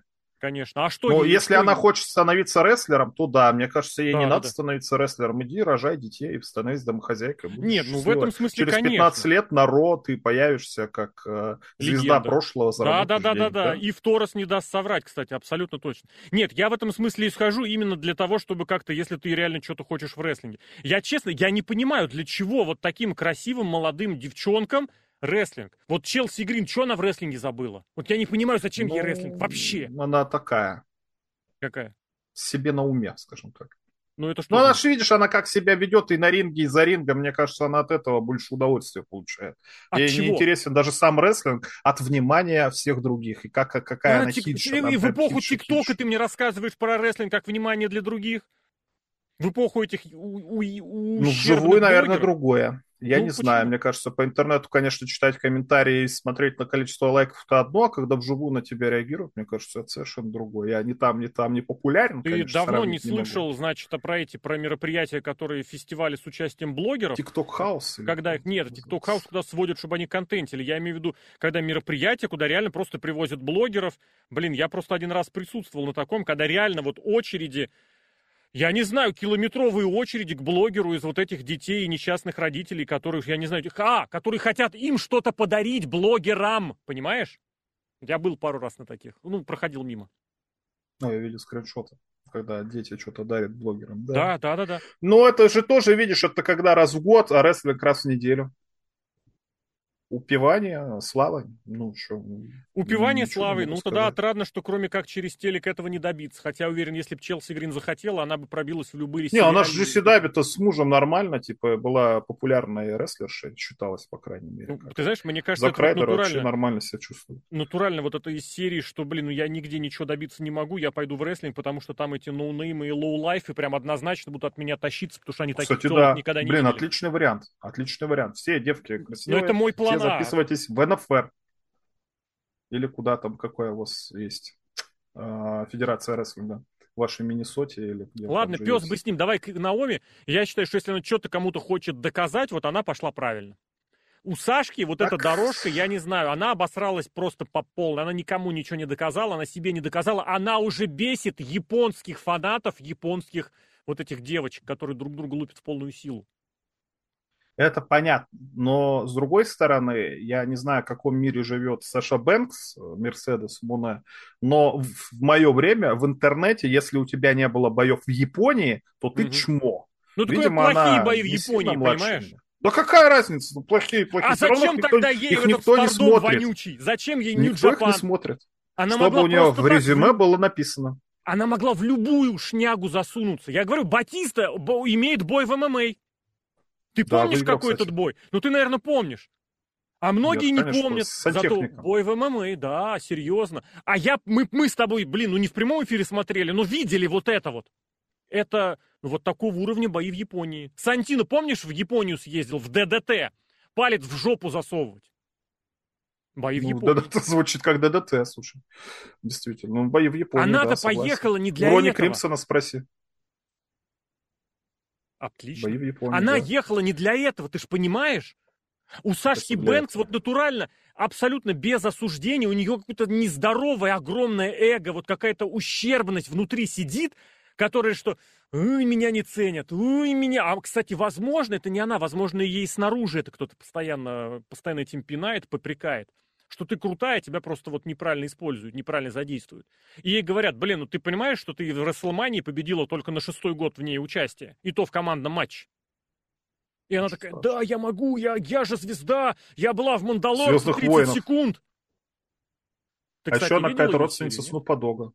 конечно. А что Ну, ей? если она хочет становиться рестлером, то да, мне кажется, ей не Да, да, надо да. становиться рестлером. Иди, рожай детей, становись домохозяйкой, будешь Нет, ну в этом счастлива. смысле, Через 15 конечно. лет на Ро ты появишься как звезда Легенда. прошлого, Да, да, заработаешь да, да, денег, да. да? И в Торос не даст соврать, кстати, абсолютно точно. Нет, я в этом смысле исхожу именно для того, чтобы как-то, если ты реально что-то хочешь в рестлинге. Я честно, я не понимаю, для чего вот таким красивым молодым девчонкам рестлинг. Вот Челси Грин, что она в рестлинге забыла? Вот я не понимаю, зачем ей рестлинг Ну, вообще. она такая, Какая? себе на уме, скажем так. Ну это Ну, что она значит? же, видишь, она как себя ведет и на ринге, и за рингом. Мне кажется, она от этого больше удовольствия получает. От Ей не чего? интересен даже сам рестлинг от внимания всех других. И какая А, она хитша. Она и в прям эпоху хитша, ТикТока хитша. ты мне рассказываешь про рестлинг как внимание для других? В эпоху этих Ну, вживую, ущербных наверное, блогеров? другое. Я Ну, не знаю. почему? Мне кажется, по интернету, конечно, читать комментарии и смотреть на количество лайков это одно, а когда вживую на тебя реагируют, мне кажется, это совершенно другое. Я не там, не там, не популярен, Ты конечно, давно не сравнить не могу. слышал, значит, про мероприятия, которые фестивали с участием блогеров? Тикток Хаус или Когда как их это нет, TikTok House, называется? куда сводят, чтобы они контентили. Я имею в виду, когда мероприятия, куда реально просто привозят блогеров. Блин, я просто один раз присутствовал на таком, когда реально вот очереди, я не знаю, километровые очереди к блогеру из вот этих детей и несчастных родителей, которых, я не знаю, которые хотят им что-то подарить блогерам, понимаешь? Я был пару раз на таких, ну, проходил мимо. Ну, я видел скриншоты, когда дети что-то дарят блогерам, да. Да, да, да, да. Но это же тоже, видишь, это когда раз в год, а рестлинг раз в неделю. Упивание, слава, ну что, Упивание ничего не славой. могу Ну, тогда сказать. отрадно, что кроме как через телек этого не добиться. Хотя, уверен, если бы Челси Грин захотела, она бы пробилась в любые Не, она же сериалы. Джесси Даби-то с мужем нормально, типа, была популярной рестлершей, считалась, по крайней мере, Ну, как. ты знаешь, мне кажется, Зак это вот Райдер вообще натурально. нормально себя чувствует. Натурально вот это из серии, что, блин, ну я нигде ничего добиться не могу, я пойду в рестлинг, потому что там эти ноунеймы и лоу-лайфы прям однозначно будут от меня тащиться, потому что они таких Кстати, телок да. никогда не Блин, видели. отличный вариант. Отличный вариант. Все девки Но это красивые, мой все план А. записывайтесь в НФР. Или куда там, какая у вас есть Федерация рестлинга. В вашей Миннесоте или где вы там Ладно, пес бы живете. с ним, давай к Наоми. Я считаю, что если она что-то кому-то хочет доказать, вот она пошла правильно. У Сашки вот эта Так, дорожка, я не знаю, она обосралась просто по полной. Она никому ничего не доказала, она себе не доказала. Она уже бесит японских фанатов, японских вот этих девочек, которые друг друга лупят в полную силу. это понятно. Но с другой стороны, я не знаю, в каком мире живет Саша Бэнкс, Мерседес Муне, но в мое время в интернете, если у тебя не было боев в Японии, то ты Мгм. чмо. Ну, такое Видимо, плохие она бои в не сильно Японии, младше понимаешь? меня. Да какая разница? Ну, плохие, А плохие. Все равно зачем тогда ей их этот никто не стардом смотрит. вонючий? Зачем ей Никто их не Нью-Джапан? смотрит. Она Чтобы могла у нее просто в так резюме было написано. Она могла в любую шнягу засунуться. Я говорю, Батиста имеет бой в ММА. Ты Да, помнишь, выиграл, какой этот кстати. бой? Ну, ты, наверное, помнишь. А Нет, многие не конечно, с помнят. Зато сантехником. бой в ММА, да, серьезно. А мы с тобой, блин, ну не в прямом эфире смотрели, но видели вот это вот. Это вот такого уровня бои в Японии. Сантино, помнишь, в Японию съездил, в ДДТ? Палец в жопу засовывать. Бои в Ну, Японии. ДДТ звучит как ДДТ, слушай. Действительно. Ну, бои в Японии, да, Она-то согласен. поехала не У для Рони этого. Кримсона спроси. Бои Отлично. в Японии, Она да. ехала не для этого, ты ж понимаешь? У Сашки Просто для Бэнкс этого. вот натурально, абсолютно без осуждения, у нее какое-то нездоровое, огромное эго, вот какая-то ущербность внутри сидит, которая что, ой, меня не ценят, ой, меня. А, кстати, возможно, это не она, возможно, ей снаружи это кто-то постоянно этим пинает, попрекает. Что ты крутая, тебя просто вот неправильно используют, неправильно задействуют. И ей говорят, блин, ну ты понимаешь, что ты в Расселмании победила только на 6-й год в ней участие, и то в командном матче. И она Ничего такая, страшного. да, я могу, я же звезда, я была в Мандалорце Звездных 30 воинов. секунд. Ты, А еще кстати, она видел какая-то ее серию, родственница нет? Снупа Дога.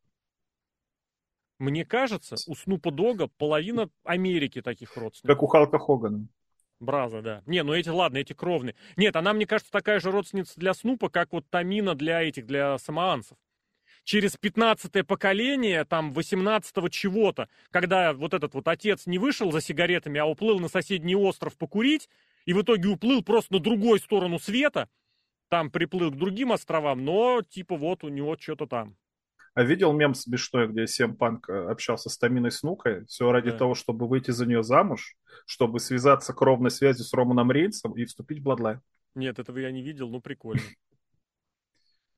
Мне кажется, у Снупа Дога половина Америки таких Как родственников. у Халка Хогана. Браза, да. Не, ну эти, ладно, эти кровные. Нет, она, мне кажется, такая же родственница для Снупа, как вот Тамина для самоанцев. Через 15-е поколение, там, 18-го чего-то, когда вот этот вот отец не вышел за сигаретами, а уплыл на соседний остров покурить, и в итоге уплыл просто на другую сторону света, там приплыл к другим островам, но типа вот у него что-то там. А видел мем смешной, где Сем Панк общался с Таминой Снукой, все ради Да. того, чтобы выйти за нее замуж, чтобы связаться кровной связью с Романом Рейнсом и вступить в Бладлайн. Нет, этого я не видел, но прикольно.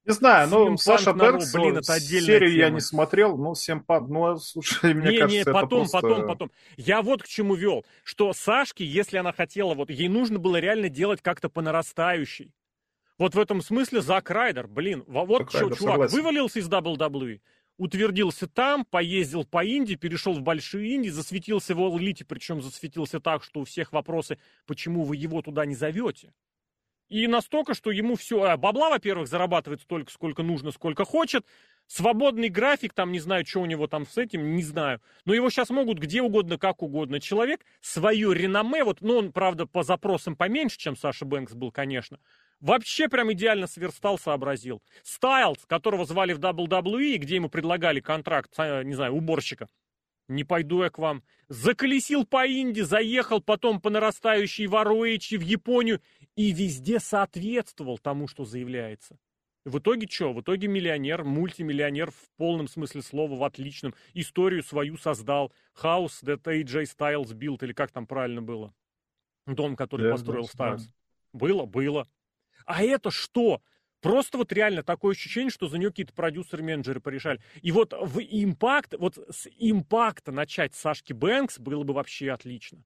Не знаю, ну, CM Саша Punk на Ро, Бэнкс, блин, это отдельная серию я не тема. смотрел, ну, CM Punk, ну, слушай, мне Не, кажется, это потом. просто... Я вот к чему вел, что Сашке, если она хотела, вот ей нужно было реально делать как-то по нарастающей. Вот в этом смысле Зак Райдер, блин, вот Райдер, чувак согласен. вывалился из WWE, утвердился там, поездил по Инди, перешел в большие Инди, засветился в All Elite, причем засветился так, что у всех вопросы, почему вы его туда не зовете. И настолько, что ему все... Бабла, во-первых, зарабатывает столько, сколько нужно, сколько хочет. Свободный график, там, не знаю, что у него там с этим, не знаю. Но его сейчас могут где угодно, как угодно. Человек свое реноме, вот, ну, он, правда, по запросам поменьше, чем Саша Бэнкс был, конечно, вообще прям идеально сверстал, сообразил. Стайлз, которого звали в WWE, где ему предлагали контракт, не знаю, уборщика. Не пойду я к вам. Заколесил по Инди, заехал потом по нарастающей в ROH, в Японию и везде соответствовал тому, что заявляется. В итоге что? В итоге миллионер, мультимиллионер в полном смысле слова, в отличном. Историю свою создал. House that AJ Styles built, или как там правильно было? Дом, который построил Стайлз. Было. А это что? Просто вот реально такое ощущение, что за нее какие-то продюсеры-менеджеры порешали. И вот в Импакт, вот с Импакта начать с Сашки Бэнкс было бы вообще отлично.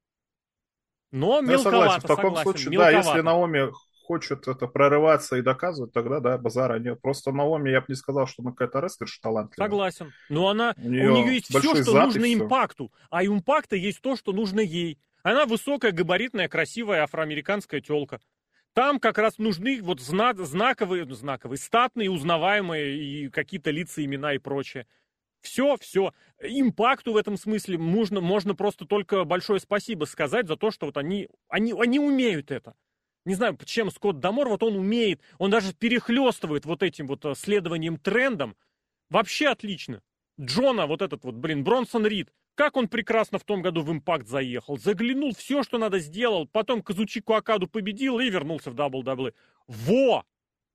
Но мелковато, согласен. В таком случае, мелковато. да, если Наоми хочет это прорываться и доказывать, тогда, да, базара нет. Просто Наоми, я бы не сказал, что она какая-то рестлерша талантливая. Согласен. Но у нее есть все, большой что зад нужно Импакту. А у Импакта есть то, что нужно ей. Она высокая, габаритная, красивая афроамериканская телка. Там как раз нужны вот знаковые, статные, узнаваемые и какие-то лица, имена и прочее. Все. Импакту в этом смысле можно просто только большое спасибо сказать за то, что вот они умеют это. Не знаю, чем Скотт Дамор, вот он умеет, он даже перехлестывает вот этим вот следованием трендам. Вообще отлично. Джона, вот этот вот, Бронсон Рид, как он прекрасно в том году в Импакт заехал. Заглянул, все, что надо, сделал. Потом Казучику Окаду победил и вернулся в WWE. Во!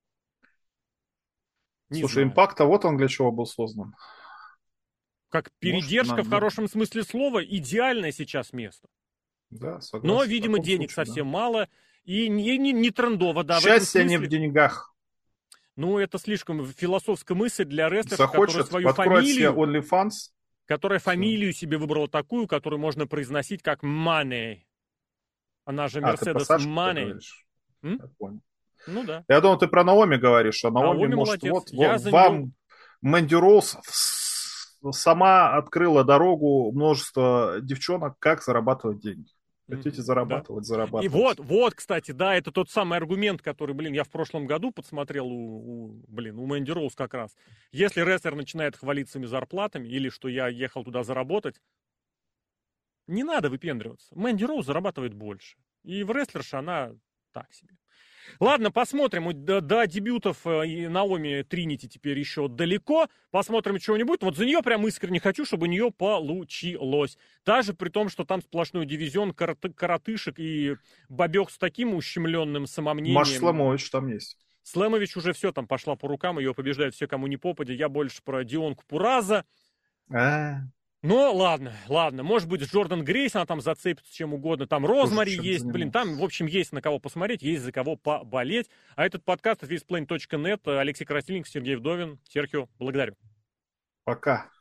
Слушай, Импакт, а вот он для чего был создан. Как передержка в хорошем смысле слова, идеальное сейчас место. Да, согласен. Но, видимо, денег совсем мало. И не трендово, да. Счастье не в деньгах. Ну, это слишком философская мысль для рестлеров, которые свою фамилию... OnlyFans. Которая фамилию себе выбрала такую, которую можно произносить как Money. Она же Mercedes Money. Я понял. Ну да. Я думал, ты про Наоми говоришь, а Наоми может, вот вам Мэнди Роуз сама открыла дорогу множество девчонок, как зарабатывать деньги. Хотите зарабатывать, да. Зарабатывать. И вот, кстати, да, это тот самый аргумент, который, я в прошлом году подсмотрел у Мэнди Роуз как раз. Если рестлер начинает хвалиться своими зарплатами, или что я ехал туда заработать, не надо выпендриваться. Мэнди Роуз зарабатывает больше. И в рестлерше она так себе. Ладно, посмотрим. До дебютов Наоми Тринити теперь еще далеко. Посмотрим чего-нибудь. Вот за нее прям искренне хочу, чтобы у нее получилось. Даже при том, что там сплошной дивизион коротышек и бабек с таким ущемленным самомнением. Маш Слэмович там есть. Слэмович уже все там пошла по рукам. Ее побеждают все, кому не попадя. Я больше про Дионку Пураза. Но ладно, может быть, Джордан Грейс, она там зацепится чем угодно, там Розмари есть, там, в общем, есть на кого посмотреть, есть за кого поболеть. А этот подкаст от visplane.net, Алексей Красильников, Сергей Вдовин, Серхио, благодарю. Пока.